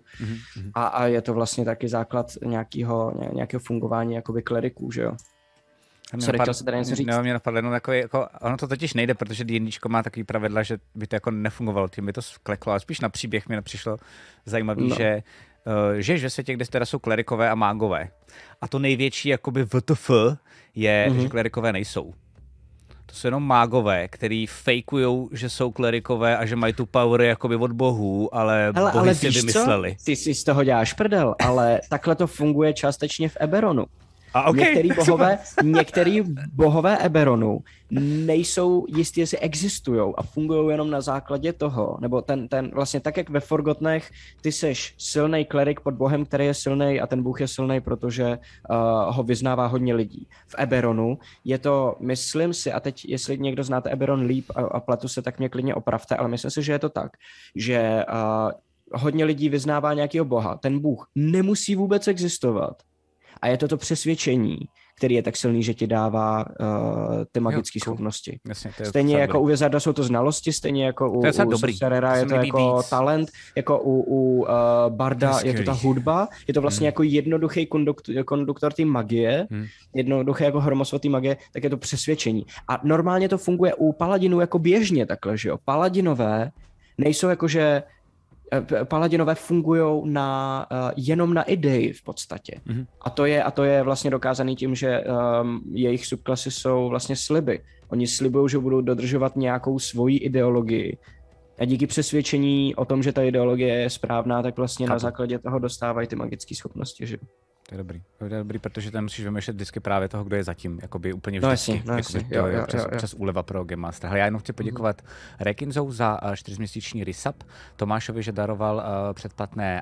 A je to vlastně taky základ nějakého fungování jakoby kleriků, že jo? Sorry, chtěl se tady něco říct. Mě napadlo jenom jako, ono to totiž nejde, protože D&Dčko má takový pravidla, že by to jako nefungovalo, tím by to skleklo, ale spíš na příběh mi přišlo zajímavý, že žiješ ve světě, kde teda jsou klerikové a mágové. A to největší jakoby WTF je, že klerikové nejsou. To jsou jenom mágové, který fejkujou, že jsou klerikové a že mají tu power jakoby od bohů, ale bohy si vymysleli. Ty si z toho děláš prdel, ale takhle to funguje částečně v Eberonu. Okay. Některý bohové Eberonu nejsou jistí, jestli existujou a fungují jenom na základě toho, nebo ten vlastně tak, jak ve Forgotnech, ty seš silnej klerik pod bohem, který je silnej a ten bůh je silnej, protože ho vyznává hodně lidí. V Eberonu je to, myslím si, a teď jestli někdo znáte Eberon líp a pletu se, tak mě klidně opravte, ale myslím si, že je to tak, že hodně lidí vyznává nějakého boha. Ten bůh nemusí vůbec existovat. A je to přesvědčení, který je tak silný, že ti dává ty magické schopnosti. Jasně, stejně jako u Wizarda jsou to znalosti, stejně jako u Sorcerera je to jako talent, jako u Barda je to ta hudba, je to vlastně jako jednoduchý konduktor té magie, jednoduchý jako hromosvat té magie, tak je to přesvědčení. A normálně to funguje u paladinů jako běžně takhle, že jo. Paladinové nejsou jakože paladinové fungují jenom na ideji v podstatě. A to je vlastně dokázaný tím, že jejich subklasy jsou vlastně sliby. Oni slibují, že budou dodržovat nějakou svoji ideologii. A díky přesvědčení o tom, že ta ideologie je správná, tak vlastně na základě toho dostávají ty magické schopnosti, že? To je dobrý, protože tam musíš vymýšlet vždycky právě toho, kdo je zatím, jakoby úplně vždycky. To je občas úleva pro Game Master. Ale já jenom chci poděkovat Rekinzou za 4měsíční resub, Tomášovi, že daroval předplatné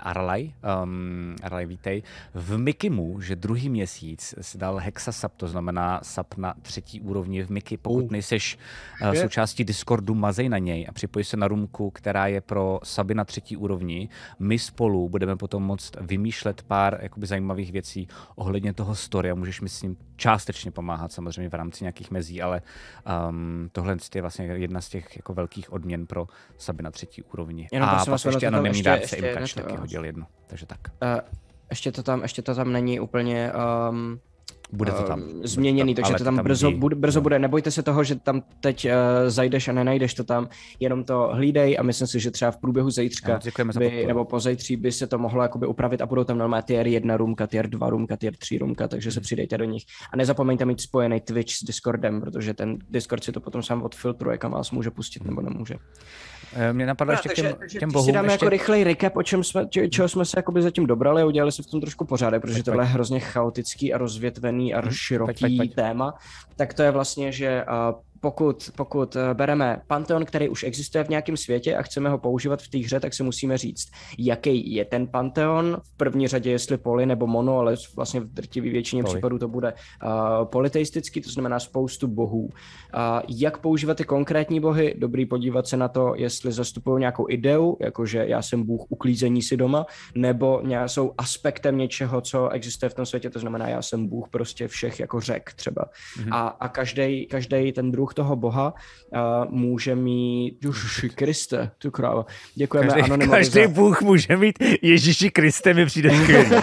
Arlaj, vítej. V Mikimu, že druhý měsíc si dal Hexa sub, to znamená sub na 3. úrovni v Miki. Pokud nejseš součástí Discordu, mazej na něj a připoj se na roomku, která je pro suby na 3. úrovni. My spolu budeme potom moct vymýšlet pár jakoby zajímavých věcí ohledně toho story a můžeš mi s ním částečně pomáhat samozřejmě v rámci nějakých mezí, ale tohle je vlastně jedna z těch jako velkých odměn pro suby na 3. úrovni. A pak ještě anonymní dárce Imkač taky hodil jedno, takže tak. Ještě to tam není úplně bude to tam změněný, takže to tam brzo bude. Nebojte se toho, že tam teď zajdeš a nenajdeš to tam, jenom to hlídej a myslím si, že třeba v průběhu zítřka nebo pozítří by se to mohlo jakoby upravit a budou tam normálně tier 1 roomka, tier 2 roomka, tier 3 roomka, takže se přidejte do nich. A nezapomeňte mít spojený Twitch s Discordem, protože ten Discord si to potom sám odfiltruje, kam vás může pustit nebo nemůže. Mě napadlo ještě k těm bohům. Si dáme jako rychlej recap, čeho jsme se jakoby zatím dobrali a udělali se v tom trošku pořádek, protože tohle je hrozně chaotický a rozvětvený a široký téma. Tak to je vlastně, že pokud bereme panteon, který už existuje v nějakém světě a chceme ho používat v té hře, tak si musíme říct, jaký je ten panteon. V první řadě jestli poly nebo mono, ale vlastně v drtivé většině případů to bude polyteistický, to znamená spoustu bohů. Jak používat ty konkrétní bohy? Dobrý podívat se na to, jestli zastupují nějakou ideu, jakože já jsem bůh uklízení si doma, nebo jsou aspektem něčeho, co existuje v tom světě, to znamená já jsem bůh prostě všech jako řek třeba. A každý ten druh toho boha může mít Ježiši Kriste, tu kráva. Děkujeme Anonymovi. Každý bůh může mít Ježíši Kriste, mi přijde skvělý.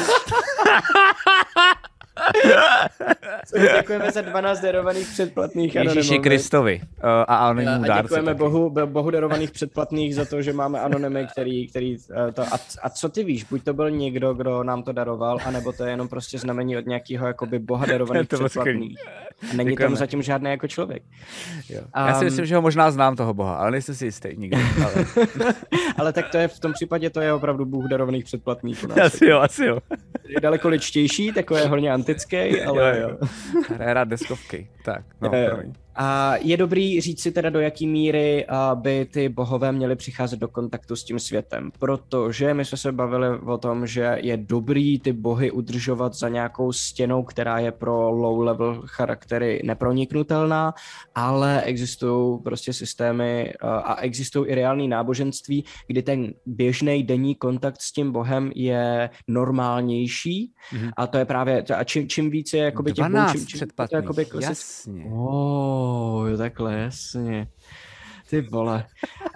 Děkujeme za 12 darovaných předplatných Ježíši Kristovi a anonymnímu dárci. A děkujeme bohu darovaných předplatných za to, že máme anonymy, který to... A co ty víš? Buď to byl někdo, kdo nám to daroval, anebo to je jenom prostě znamení od nějakého jakoby boha darovaných předplatných. A není tam zatím žádný jako člověk. Jo. Já si myslím, že ho možná znám toho boha, ale nejsem si jistý nikdy. Ale... ale tak to je v tom případě to je opravdu bůh darovaných předplatných. Asi jo. Je daleko ličtější, takový je hodně antický, ale jo. Hraje rád deskovky. Tak, no, A je dobrý říct si teda, do jaký míry by ty bohové měly přicházet do kontaktu s tím světem, protože my jsme se bavili o tom, že je dobrý ty bohy udržovat za nějakou stěnou, která je pro low-level charaktery neproniknutelná, ale existují prostě systémy a existují i reální náboženství, kdy ten běžný denní kontakt s tím bohem je normálnější a to je právě, a čím více je jakoby těch bohů, čím jakoby jasně. Jo, takhle, jasně. Ty vole.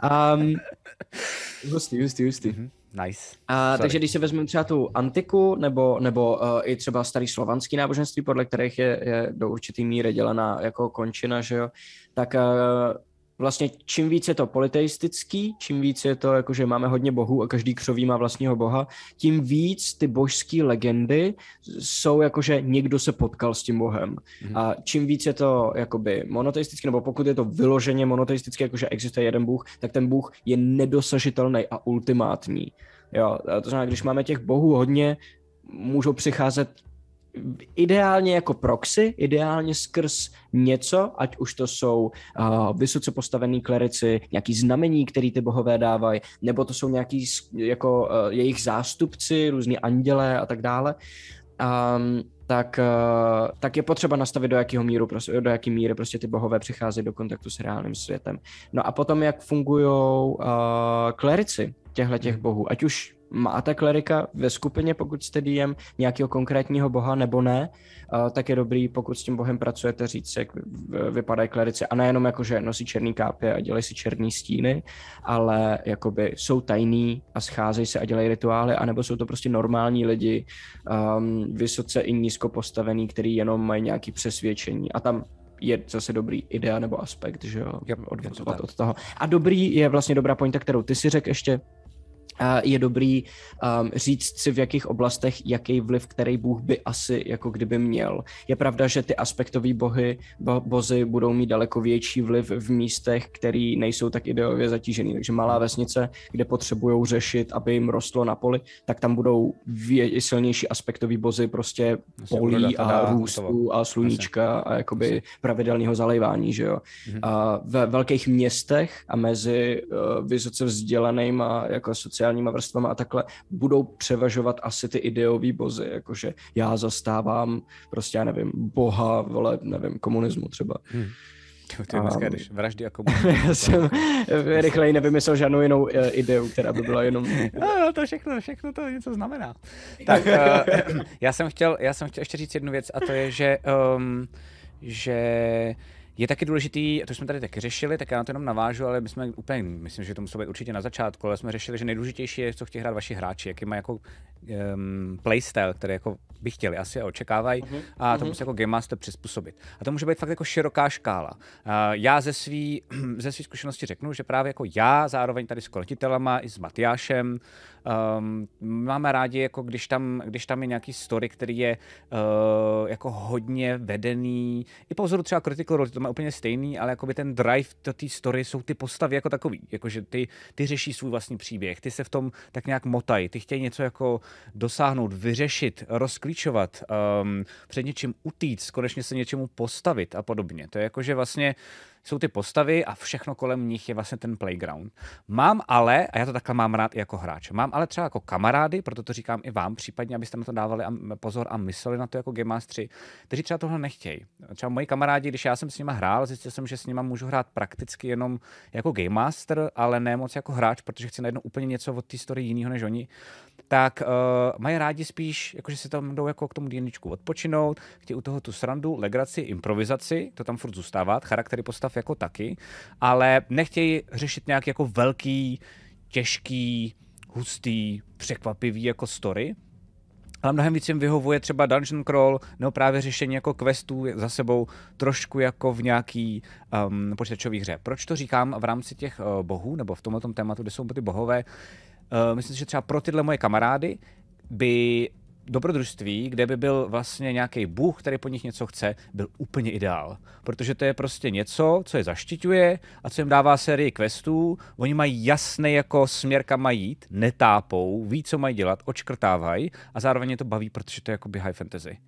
Hustý. Nice. Takže když si vezmeme třeba tu antiku, nebo i třeba starý slovanský náboženství, podle kterých je do určitý míry dělaná jako končina, že jo, tak vlastně čím víc je to polyteistický, čím víc je to, jakože máme hodně bohů a každý křoví má vlastního boha, tím víc ty božský legendy jsou jakože někdo se potkal s tím bohem. A čím víc je to jakoby monoteistický, nebo pokud je to vyloženě monoteistický, jakože existuje jeden bůh, tak ten bůh je nedosažitelný a ultimátní. Jo, to znamená, když máme těch bohů hodně, můžou přicházet ideálně jako proxy, ideálně skrz něco, ať už to jsou vysoce postavený klerici, nějaký znamení, který ty bohové dávají, nebo to jsou nějaký jako jejich zástupci, různý andělé a tak dále. Tak je potřeba nastavit, do jaký míry prostě ty bohové přichází do kontaktu s reálným světem. No a potom, jak fungují klerici těch bohů, ať už máte klerika ve skupině, pokud jste DM nějakého konkrétního boha nebo ne, tak je dobrý, pokud s tím bohem pracujete, říct si, jak vypadají klerici. A nejenom jako, že nosí černý kápě a dělají si černý stíny, ale jakoby jsou tajný a scházejí se a dělají rituály, anebo jsou to prostě normální lidi, vysoce i nízko postavený, který jenom mají nějaké přesvědčení. A tam je zase dobrý idea nebo aspekt, že jo, odvozovat od toho. A dobrý je vlastně dobrá pointa, kterou ty si řekl ještě, je dobrý říct si, v jakých oblastech jaký vliv, který bůh by asi jako kdyby měl. Je pravda, že ty aspektový bozy budou mít daleko větší vliv v místech, který nejsou tak ideově zatížený. Takže malá vesnice, kde potřebujou řešit, aby jim rostlo na poli, tak tam budou silnější aspektový bozy prostě polí a růstu a sluníčka a jakoby pravidelného zalejvání, že jo. A ve velkých městech a mezi vysoce vzdělanýma jako sociálníma vrstvama a takhle budou převažovat asi ty ideový bozy, jakože já zastávám prostě, já nevím, boha, vole, nevím, komunismu třeba. Ty dneska jdeš vraždy a komunismu. Já jsem rychleji nevymyslel žádnou jinou ideu, která by byla jenom... No, to všechno to něco znamená. Tak, já jsem chtěl ještě říct jednu věc a to je, že je taky důležitý, to jsme tady taky řešili, tak já na to jenom navážu, ale my jsme úplně, myslím, že to muselo být určitě na začátku, ale jsme řešili, že nejdůležitější je, co chtějí hrát vaši hráči, jaký mají jako playstyle, který jako by chtěli, asi očekávají a to musí jako Game Master přizpůsobit. A to může být fakt jako široká škála. Já ze svý zkušenosti řeknu, že právě jako já, zároveň tady s koletitelama i s Matyášem, Máme rádi, jako když tam je nějaký story, který je jako hodně vedený. I po vzoru třeba Critical Role, to má úplně stejný, ale jakoby ten drive do té story jsou ty postavy jako takový. Jakože ty řeší svůj vlastní příběh, ty se v tom tak nějak motají, ty chtějí něco jako dosáhnout, vyřešit, rozklíčovat, před něčím utíct, konečně se něčemu postavit a podobně. To je jako, že vlastně jsou ty postavy a všechno kolem nich je vlastně ten playground. Mám ale, a já to takhle mám rád i jako hráč, mám ale třeba jako kamarády, proto to říkám i vám, případně abyste na to dávali pozor a mysleli na to jako Game Mastery, kteří třeba tohle nechtějí. Třeba moji kamarádi, když já jsem s nima hrál, zjistil jsem, že s nima můžu hrát prakticky jenom jako Game Master, ale ne moc jako hráč, protože chci najednou úplně něco od té story jiného než oni. Tak mají rádi spíš, jakože si tam jdou jako k tomu D&Dčku odpočinout, chtějí u toho tu srandu, legraci, improvizaci, to tam furt zůstává, charaktery postav jako taky, ale nechtějí řešit nějak jako velký, těžký, hustý, překvapivý jako story, ale mnohem víc jim vyhovuje třeba dungeon crawl nebo právě řešení jako questů za sebou trošku jako v nějaký počítačové hře. Proč to říkám v rámci těch bohů, nebo v tomhle tématu, kde jsou ty bohové? Myslím si, že třeba pro tyhle moje kamarády by dobrodružství, kde by byl vlastně nějaký bůh, který po nich něco chce, byl úplně ideál. Protože to je prostě něco, co je zaštiťuje a co jim dává sérii questů. Oni mají jasný jako směr, kam mají jít, netápou, ví, co mají dělat, odškrtávají a zároveň je to baví, protože to je jakoby high fantasy.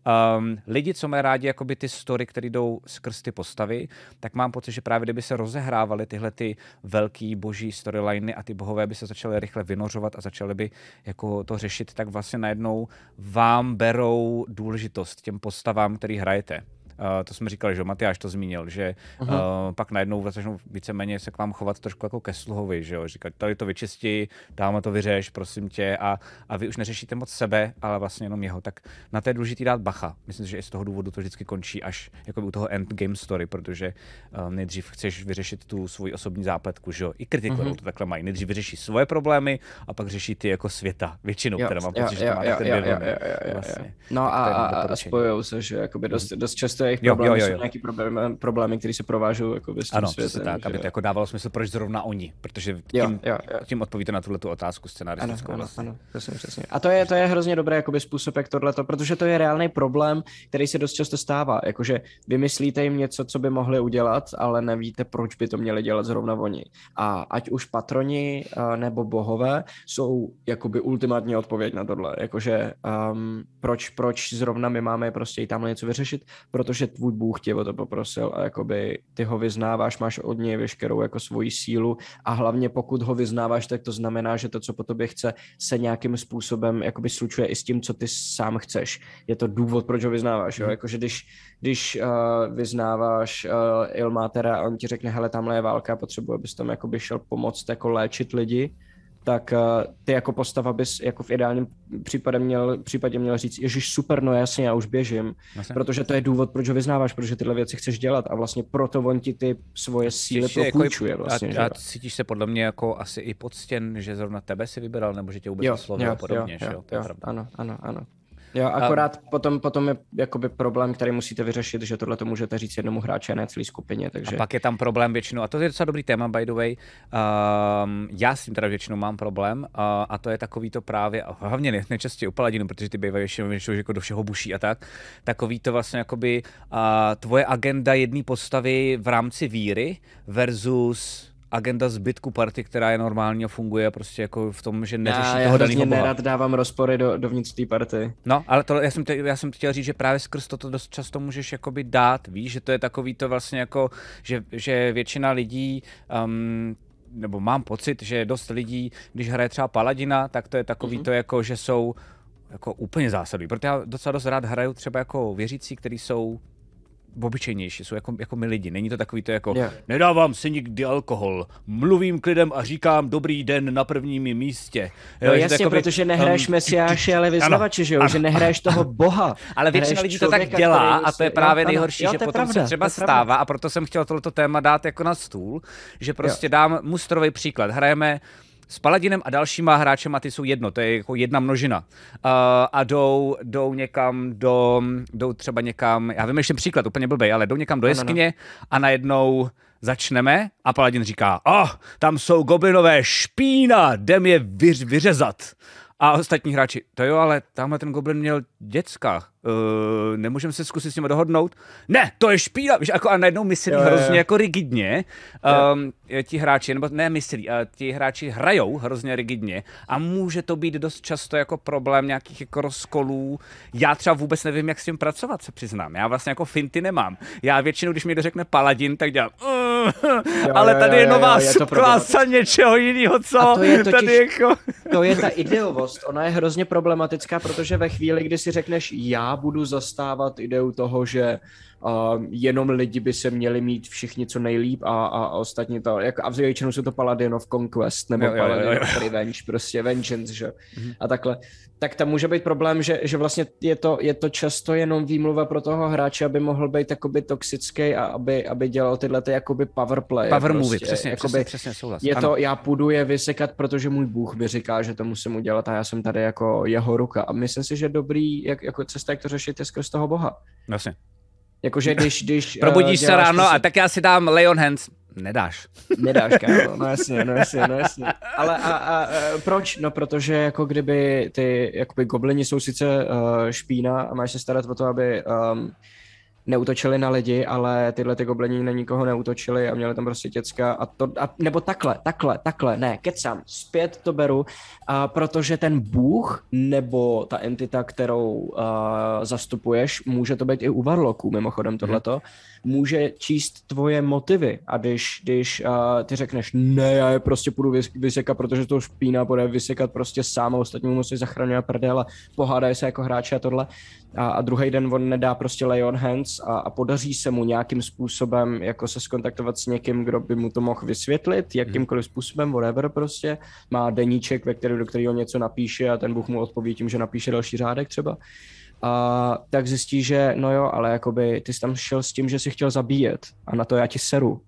Lidi, co mají rádi jakoby ty story, které jdou skrz ty postavy, tak mám pocit, že právě kdyby se rozehrávaly tyhle ty velký boží storyliny a ty bohové by se začaly rychle vynořovat a začaly by jako to řešit, tak vlastně najednou vám berou důležitost těm postavám, který hrajete. To jsme říkali, že Matyáš to zmínil, že pak najednou začnou víceméně se k vám chovat trošku jako ke sluhovi, že jo, říkat, tady to vyčisti, dáme to vyřeš, prosím tě, a vy už neřešíte moc sebe, ale vlastně jenom jeho, tak na to je důležitý dát bacha. Myslím, že i z toho důvodu to vždycky končí až jako u toho endgame story, protože nejdřív chceš vyřešit tu svoji osobní zápletku, že jo, i Critical Role to takhle mají, nejdřív vyřeší svoje problémy a pak řeší ty jako světa, většinou, které mám pocit, že to má vlastně. No a spojujou se, že jakoby dost často jejich problémy jsou nějaký problémy, které se provážou jako s tím světem. Tak, aby to jako dávalo smysl, proč zrovna oni, protože tím odpovíte na tuhle otázku scenaristickou. Ano, přesně. A to je hrozně dobrý jakoby způsob, jak tohleto, protože to je reálný problém, který se dost často stává. Jakože vymyslíte jim něco, co by mohli udělat, ale nevíte, proč by to měli dělat zrovna oni. A ať už patroni nebo bohové jsou jakoby ultimátní odpověď na tohle. Jakože proč zrovna my máme prostě i tamhle něco vyřešit, protože tvůj Bůh tě o to poprosil a jakoby ty ho vyznáváš, máš od něj veškerou jako svoji sílu a hlavně pokud ho vyznáváš, tak to znamená, že to, co po tobě chce, se nějakým způsobem jakoby slučuje i s tím, co ty sám chceš. Je to důvod, proč ho vyznáváš, jo? Jakože když vyznáváš Ilmátera a on ti řekne, hele, tamhle je válka, potřebuji, abys tam jakoby šel pomoct jako léčit lidi, tak ty jako postava bys jako v ideálním případě měl říct, ježiš, super, no jasně, já už běžím, protože to je důvod, proč ho vyznáváš, protože tyhle věci chceš dělat a vlastně proto on ti ty svoje síly propůjčuje vlastně. A cítíš se podle mě jako asi i poctěn, že zrovna tebe si vybral, nebo že tě vůbec oslovil a podobně, že jo? To je pravda. Ano. Jo, akorát potom je jakoby problém, který musíte vyřešit, že tohle to můžete říct jednomu hráči a ne celé skupině, takže... A pak je tam problém většinou, a to je docela dobrý téma, by the way, já s tím teda většinou mám problém, a to je takový to právě, a hlavně nejčastěji u paladinů, protože ty bývají většinou jako do všeho buší a tak, takový to vlastně jakoby tvoje agenda jedné postavy v rámci víry versus agenda zbytku party, která je normálně funguje prostě jako v tom, že neřeší toho daného boha. Já hrozně nerad dávám rozpory dovnitř té party. No, ale to, já jsem chtěl říct, že právě skrz toto dost často můžeš jakoby dát, víš, že to je takový to vlastně jako, že většina lidí nebo mám pocit, že dost lidí, když hraje třeba paladina, tak to je takový to jako, že jsou jako úplně zásadní. Proto já docela dost rád hraju třeba jako věřící, kteří jsou obyčejnější, jsou jako my lidi. Není to takový to jako nedávám si nikdy alkohol, mluvím k lidem a říkám dobrý den na prvním místě. Jo, jasně, protože nehraješ mesiáše, ale vyznavače, že jo? Že nehraješ toho boha. Ale většina lidí to tak dělá a to je právě nejhorší, že potom se třeba stává a proto jsem chtěl tohleto téma dát jako na stůl, že prostě dám mustrový příklad. Hrajeme s paladinem a dalšíma hráčema, ty jsou jedno, to je jako jedna množina. A jdou někam, jdou třeba někam, já vím ještě příklad, úplně blbej, ale jdou někam do jeskyně a najednou začneme a paladin říká, tam jsou goblinové, špína, jdem je vyřezat. A ostatní hráči, to jo, ale tamhle ten goblin měl děcka, nemůžeme se zkusit s ním dohodnout? Ne, to je špína, víš, jako a najednou myslí hrozně jako rigidně, ti hráči, nebo ne myslí, ti hráči hrajou hrozně rigidně a může to být dost často jako problém nějakých jako rozkolů. Já třeba vůbec nevím, jak s tím pracovat, se přiznám, já vlastně jako finty nemám. Já většinou, když mi někdo řekne paladin, tak dělám, ale tady je nová subklasa něčeho jiného, co? A to je totiž, tady jako... to je ta ideovost, ona je hrozně problematická, protože ve chvíli, kdy si řekneš, já budu zastávat ideu toho, že jenom lidi by se měli mít všichni co nejlíp a ostatní to, jako, a většinou jsou to Paladin of Conquest, nebo Paladin of Revenge, prostě Vengeance, že? A takhle. Tak tam může být problém, že vlastně je to často jenom výmluva pro toho hráče, aby mohl být jakoby toxický a aby dělal tyhle ty jakoby power play. Power prostě. movie, přesně souhlas. Je to, já půjdu je vysekat, protože můj bůh mi říká, že to musím udělat a já jsem tady jako jeho ruka. A myslím si, že dobrý jako cesta, jak to řešit, je skrz toho boha. Jasně. Jakože když probudíš se ráno a tak já si dám lay on hands. Nedáš. Nedáš, kámo, no jasně. Ale proč? No protože jako kdyby ty jakoby goblini jsou sice špína a máš se starat o to, aby neútočili na lidi, ale tyhle ty goblini na nikoho neútočili a měli tam prostě děcka nebo takhle, ne, kecám, zpět to beru, protože ten bůh nebo ta entita, kterou zastupuješ, může to být i u Warlocků, mimochodem tohleto, může číst tvoje motivy a když ty řekneš, ne, já je prostě půjdu vysekat, protože to špína bude vysekat prostě sám a ostatní musí zachraňovat prdel a pohádají se jako hráči a tohle a druhý den on nedá prostě lay on hands a podaří se mu nějakým způsobem jako se skontaktovat s někým, kdo by mu to mohl vysvětlit, jakýmkoliv způsobem, whatever prostě, má deníček, do kterého něco napíše a ten bůh mu odpoví tím, že napíše další řádek třeba. Tak zjistí, že no jo, ale jakoby ty jsi tam šel s tím, že jsi chtěl zabíjet a na to já ti seru.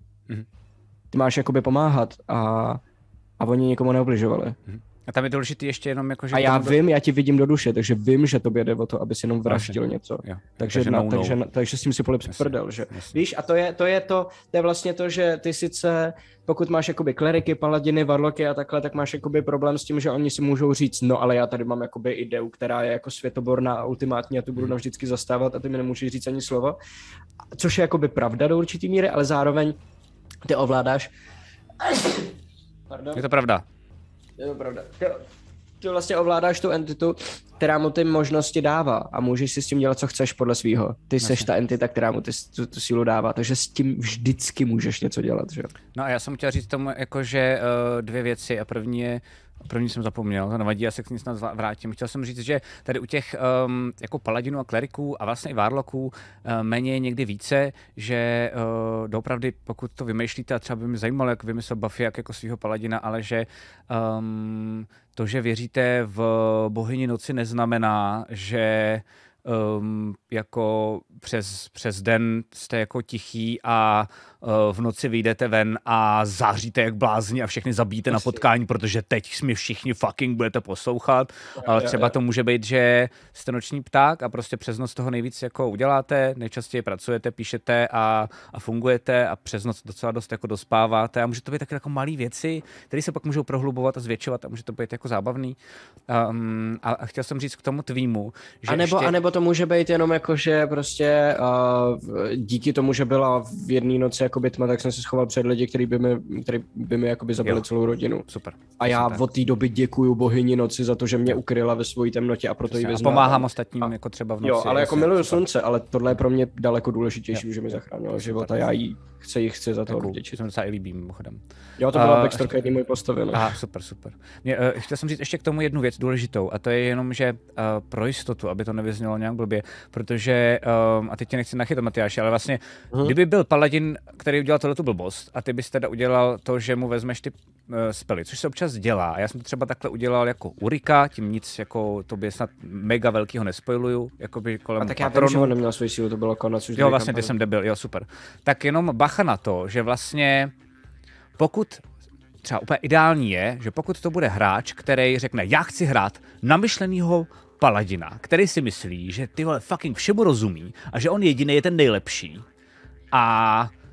Ty máš jakoby pomáhat a oni nikomu neubližovali. A tam je důležitý ještě jenom jako, že... A já vím, já ti vidím do duše, takže vím, že tobě jde o to, abys jenom vraždil něco. Jo. Takže s tím si polepší prdel, že? Víš, a to je vlastně to, že ty sice, pokud máš jakoby kleriky, paladiny, varloky a takhle, tak máš jakoby problém s tím, že oni si můžou říct, no ale já tady mám jakoby ideu, která je jako světoborná a ultimátní a tu budu navždycky zastávat a ty mi nemůžeš říct ani slovo. Což je jakoby pravda do určitý míry, ale zároveň ty ovládáš... Je to pravda. Je to pravda. Ty vlastně ovládáš tu entitu, která mu ty možnosti dává a můžeš si s tím dělat, co chceš podle svýho. Ty seš ta entita, která mu tu sílu dává, takže s tím vždycky můžeš něco dělat, že? No a já jsem chtěl říct tomu, jakože dvě věci a první jsem zapomněl, to nevadí, já se k ní snad vrátím. Chtěl jsem říct, že tady u těch jako paladinů a kleriků a vlastně i warlocků méně je někdy více, že doopravdy, pokud to vymýšlíte, a třeba by mě zajímalo, jak vymyslel Buffy jako svého paladina, ale že to, že věříte v bohyni noci, neznamená, že jako přes den jste jako tichý a v noci vyjdete ven a záříte jak blázni a všechny zabíjíte na potkání, protože teď mi všichni fucking budete poslouchat, ale třeba to může být, že jste noční pták a prostě přes noc toho nejvíc jako uděláte, nejčastěji pracujete, píšete a fungujete a přes noc docela dost jako dospáváte a může to být taky jako malé věci, které se pak můžou prohlubovat a zvětšovat a může to být jako zábavný. A chtěl jsem říct k tomu tvýmu, že a nebo to může být jenom jako, že prostě díky tomu, že byla v jedné noci jako tma, tak jsem se schoval před lidi, který by mi jakoby zabili celou rodinu. Super. A já od té doby děkuju bohyni noci za to, že mě ukryla ve svojí temnotě a proto ji vyznávám. A pomáhám ostatním jako třeba v noci. Jo, ale jako miluju slunce, ale tohle je pro mě daleko důležitější, že mi zachránilo život a já jí chci za to vděčit. To se i líbí, mimochodem. Jo, to byla backstorka jedný můj postavy. No. Super. Chtěl jsem říct ještě k tomu jednu věc důležitou a to je jenom, že pro jistotu, aby to nevyznělo nějak blbě, protože, a teď tě nechci nachytat, Matyáši, ale vlastně, kdyby byl paladin, který udělal tohletu blbost a ty bys teda udělal to, že mu vezmeš ty spely, což se občas dělá. A já jsem to třeba takhle udělal jako Urika, tím nic jako to by snad mega velkýho nespoiluju, jakoby kolem a tak já vím, že on neměl svou sílu, to bylo konec. Jo, vlastně ty jsem debil, jo, super. Tak jenom bacha na to, že vlastně pokud třeba úplně ideální je, že pokud to bude hráč, který řekne, já chci hrát namyšlenýho paladina, který si myslí, že ty vole fucking všemu rozumí a že on jediný je ten nejlepší a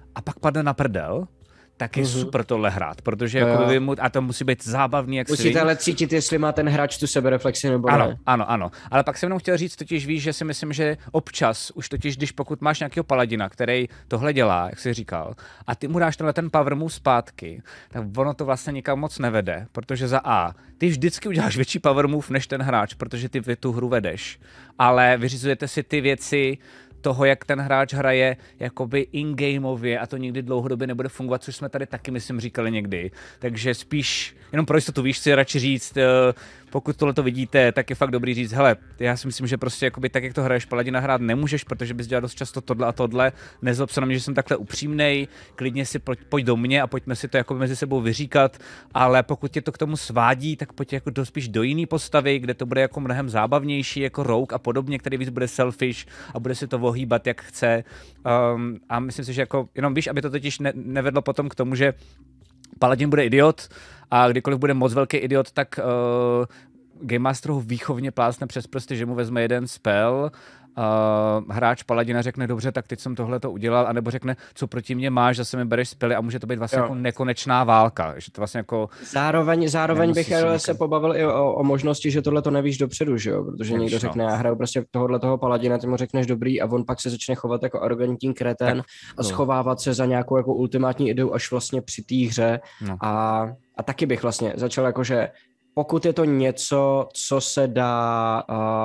a pak padne na prdel, tak je super tohle hrát, protože a to musí být zábavný, jak musíte ale cítit, jestli má ten hráč tu sebereflexi nebo ne. Ano. Ale pak jsem jenom chtěl říct, totiž víš, že si myslím, že občas, už totiž, když pokud máš nějakého paladina, který tohle dělá, jak jsi říkal, a ty mu dáš ten power move zpátky, tak ono to vlastně nikam moc nevede, protože za A, ty vždycky uděláš větší power move než ten hráč, protože ty tu hru vedeš, ale vyřizujete si ty věci toho, jak ten hráč hraje jakoby in-gameově a to nikdy dlouhodobě nebude fungovat, což jsme tady taky, myslím, říkali někdy. Takže spíš, jenom pro jistotu, víš, si radši říct, pokud tohleto vidíte, tak je fakt dobrý říct, hele, já si myslím, že prostě jakoby tak, jak to hraješ, paladina hrát nemůžeš, protože bys dělal dost často tohle a tohle, nezlob se na mě, že jsem takhle upřímnej, klidně si pojď do mě a pojďme si to jako mezi sebou vyříkat, ale pokud tě to k tomu svádí, tak pojď jako spíš do jiný postavy, kde to bude jako mnohem zábavnější, jako rogue a podobně, který víc bude selfish a bude si to ohýbat, jak chce. A myslím si, že jako, jenom víš, aby to totiž nevedlo potom k tomu, že paladin bude idiot a kdykoliv bude moc velký idiot, tak Game Master ho výchovně plásne přes prsty, že mu vezme jeden spell, hráč paladina řekne, dobře, tak teď jsem tohle to udělal, anebo řekne, co proti mě máš, zase mi bereš spely a může to být vlastně jako nekonečná válka. Že to vlastně jako zároveň bych se pobavil i o možnosti, že tohle to nevíš dopředu, že jo? Protože někdo řekne, já hraju prostě toho paladina, ty mu řekneš dobrý a on pak se začne chovat jako arrogantní kretén a schovávat se za nějakou jako ultimátní ideu až vlastně při té hře. A taky bych vlastně začal jakože, pokud je to něco, co se dá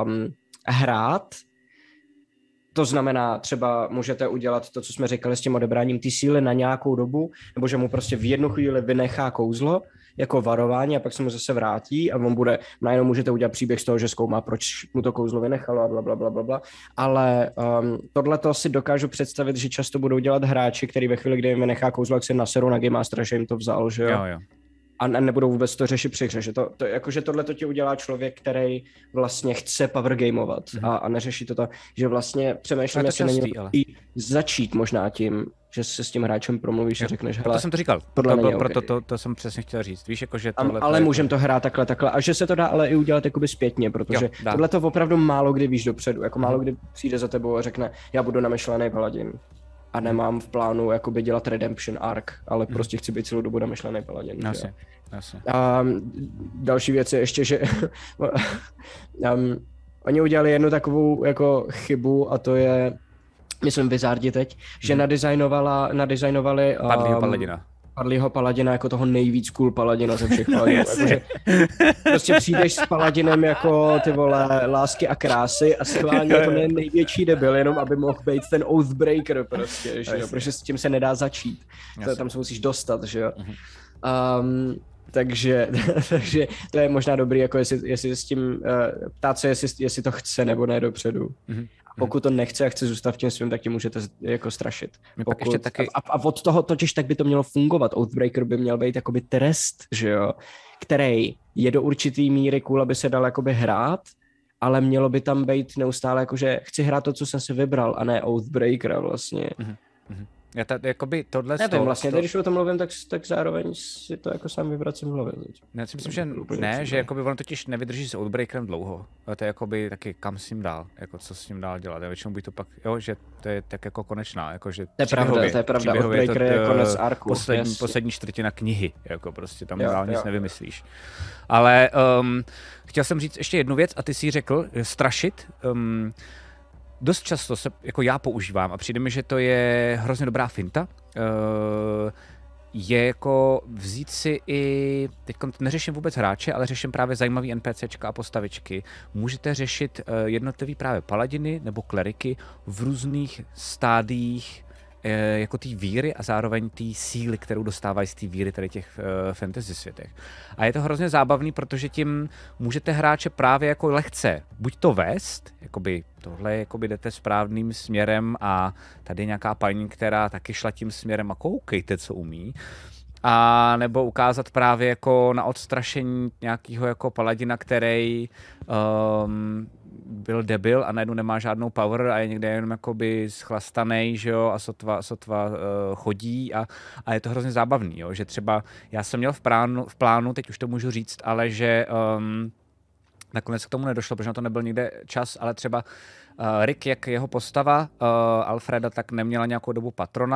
hrát, to znamená, třeba můžete udělat to, co jsme říkali s tím odebráním té síly na nějakou dobu, nebo že mu prostě v jednu chvíli vynechá kouzlo jako varování a pak se mu zase vrátí a on bude, najednou můžete udělat příběh z toho, že zkoumá, proč mu to kouzlo vynechalo a blablabla. Ale tohleto si dokážu představit, že často budou dělat hráči, který ve chvíli, kdy jim vynechá kouzlo, jak se naserou na Game Mastera, že jim to vzal, že jo. A nebudou vůbec to řešit při hře, že jakože tohle to ti udělá člověk, který vlastně chce power gameovat a neřeší to, že vlastně přemýšlím, jestli není i začít možná tím, že se s tím hráčem promluvíš a řekneš, hele, to jsem to říkal, to jsem přesně chtěl říct, víš, jakože tohle. Ale můžeme to hrát takhle a že se to dá ale i udělat jakoby zpětně, protože tohle to opravdu málo kdy víš dopředu, jako málo kdy přijde za tebou a řekne, já budu namyšlený paladin. A nemám v plánu jakoby dělat redemption arc, ale prostě chci být celou dobu namyšlený paladin. Jasně. A další věc je ještě, že oni udělali jednu takovou jako chybu a to je, myslím Wizardi teď, že nadizajnovali padlýho paladina jako toho nejvíc cool paladina ze všech paladinů. Jakože prostě přijdeš s paladinem jako ty vole lásky a krásy a schválně to je největší debil, jenom aby mohl být ten Oathbreaker prostě, že jo, protože s tím se nedá začít. Tam se musíš dostat, že jo. Takže to je možná dobrý, jako jestli s tím ptát se, jestli to chce nebo ne dopředu. Pokud to nechce a chce zůstat v tím svým, tak ti můžete jako strašit. A od toho totiž tak by to mělo fungovat. Oathbreaker by měl být jakoby trest, že jo, který je do určitý míry cool, aby se dal jakoby hrát, ale mělo by tam být neustále jakože chci hrát to, co jsem si vybral, a ne Oathbreaker vlastně. Já jakoby tohle... Nevím, vlastně, když o tom mluvím, tak zároveň si to jako sám vyvracím v hlavě. Já si myslím, že ne, že jakoby on totiž nevydrží s Oathbreakerem dlouho. Ale to je jakoby taky kam s ním dál, jako co s ním dál dělat. Já většinou by to pak, že to je tak jako konečná, jako že to je pravda, Oathbreaker je konec arku. Poslední čtvrtina knihy, jako prostě tam dál nic nevymyslíš. Ale chtěl jsem říct ještě jednu věc a ty jsi řekl, strašit. Dost často se jako já používám a přijde mi, že to je hrozně dobrá finta. Je jako vzít si i, teď neřeším vůbec hráče, ale řeším právě zajímavý NPCčka a postavičky. Můžete řešit jednotlivý právě paladiny nebo kleriky v různých stádiích jako té víry a zároveň té síly, kterou dostávají z té víry tady těch fantasy světech. A je to hrozně zábavný, protože tím můžete hráče právě jako lehce buď to vést, jakoby tohle jakoby jdete správným směrem a tady je nějaká paní, která taky šla tím směrem a koukejte, co umí. A nebo ukázat právě jako na odstrašení nějakého jako paladina, který byl debil a najednou nemá žádnou power a je někde jenom jakoby schlastanej, že jo, a sotva chodí a je to hrozně zábavný, jo, že třeba já jsem měl v plánu, teď už to můžu říct, ale že nakonec k tomu nedošlo, protože na to nebyl nikde čas, ale třeba Rick, jak jeho postava Alfreda, tak neměla nějakou dobu patrona,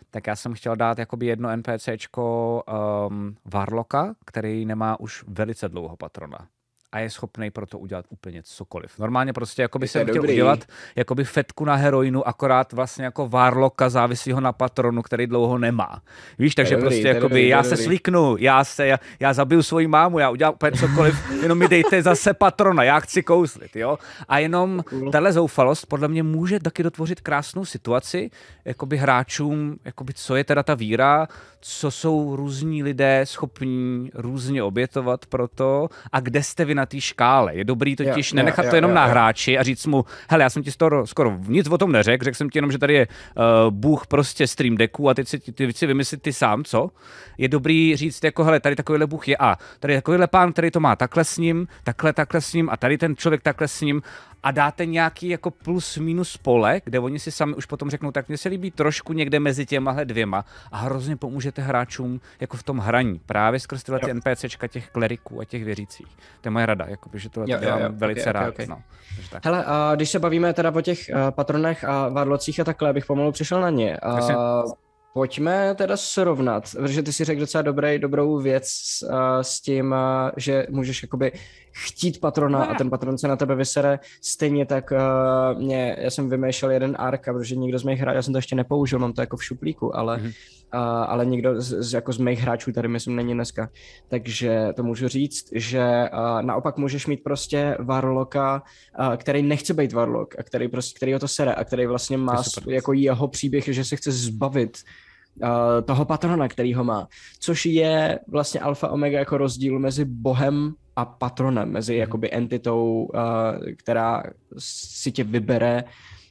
tak já jsem chtěl dát jakoby jedno NPCčko Warlocka, který nemá už velice dlouho patrona. A je schopný pro to udělat úplně cokoliv. Normálně prostě jakoby jsem chtěl udělat jakoby fetku na heroinu, akorát vlastně jako Warlocka závisího na patronu, který dlouho nemá. Víš, takže prostě jakoby já se slíknu, já zabiju svoji mámu, já udělám úplně cokoliv, jenom mi dejte zase patrona, já chci kouzlit, jo. A jenom tahle zoufalost podle mě může taky dotvořit krásnou situaci, jakoby hráčům, jakoby co je teda ta víra, co jsou různí lidé schopní různě obětovat pro to a kde jste vy na té škále. Je dobrý totiž nenechat to jenom na hráči a říct mu, hele, já jsem ti skoro nic o tom řekl jsem ti jenom, že tady je bůh prostě Stream Decku a teď si vymyslit ty sám, co? Je dobrý říct jako, hele, tady takovýhle bůh je a tady je takovýhle pán, který to má takhle s ním, takhle s ním a tady ten člověk takhle s ním a dáte nějaký jako plus minus pole, kde oni si sami už potom řeknou, tak mně se líbí trošku někde mezi těmahle dvěma a hrozně pomůžete hráčům jako v tom hraní, právě skrz tyhle ty NPCčka těch kleriků a těch věřících. To je moje rada, jakoby, že tohle dělám velice rád. Okay. No, hele, a když se bavíme teda o těch patronech a Warlocích a takhle, abych pomalu přišel na ně. Pojďme teda srovnat, protože ty si řekl docela dobrou věc s tím, že můžeš jakoby chtít patrona a ten patron se na tebe vysere. Stejně tak já jsem vymýšlel jeden ark, protože někdo z mých hráčů, já jsem to ještě nepoužil, mám to jako v šuplíku, ale někdo z mých hráčů tady myslím není dneska. Takže to můžu říct, že naopak můžeš mít prostě Warlocka, který nechce být Warlock a který ho to sere a který vlastně má jako jeho příběh, že se chce zbavit toho patrona, který ho má. Což je vlastně alfa omega jako rozdíl mezi bohem a patronem, mezi jakoby entitou, která si tě vybere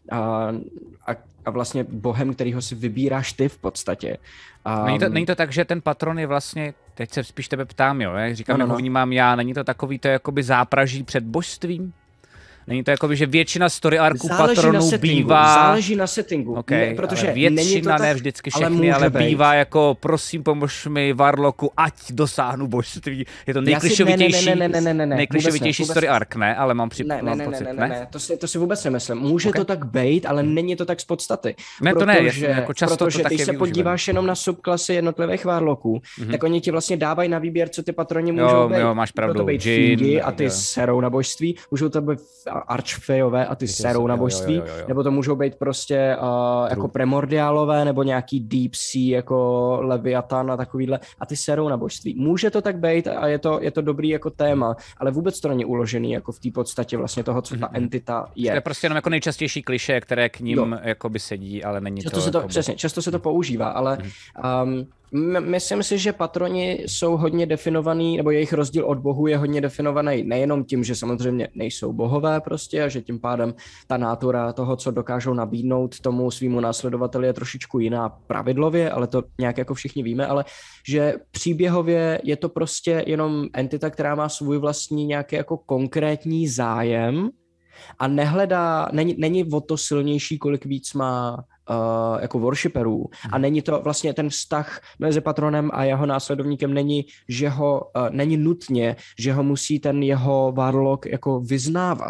a vlastně bohem, kterýho si vybíráš ty v podstatě. Není to tak, že ten patron je vlastně, teď se spíš tebe ptám, jo, jak říkám, jak ho vnímám já, není to takový to jakoby zápraží před božstvím? Není to jako, že většina story arků patronů bývá... Záleží na settingu. Okay, protože většina, ne vždycky všechny, ale bývá jako prosím pomož mi Warlocku, ať dosáhnu božství. Je to nejklišovitější story arc, ne? Ale mám pocit, ne? To si vůbec nemyslím. Může to tak být, ale není to tak z podstaty. Ne, to ne, jako často protože to tak když se podíváš jenom na subklasy jednotlivých Warlocků, tak oni ti vlastně dávají na výběr, co ty patroni můžou být. Jo, máš pravdu. A ty serou na božství, můžou to být archfejové a ty serou na božství, nebo to můžou být prostě jako primordiálové, nebo nějaký deep sea jako Leviathan a takovýhle a ty serou na božství. Může to tak být a je to dobrý jako téma, ale vůbec to není uložený jako v té podstatě vlastně toho, co ta entita je. To je prostě jenom jako nejčastější klišé, které k ním jakoby sedí, ale není přesně, často se to používá, ale myslím si, že patroni jsou hodně definovaný, nebo jejich rozdíl od bohů je hodně definovaný nejenom tím, že samozřejmě nejsou bohové prostě a že tím pádem ta nátura toho, co dokážou nabídnout tomu svýmu následovateli je trošičku jiná pravidlově, ale to nějak jako všichni víme, ale že příběhově je to prostě jenom entita, která má svůj vlastní nějaký jako konkrétní zájem a není o to silnější, kolik víc má jako worshiperů a není to vlastně ten vztah mezi patronem a jeho následovníkem není nutně, že ho musí ten jeho Warlock jako vyznávat.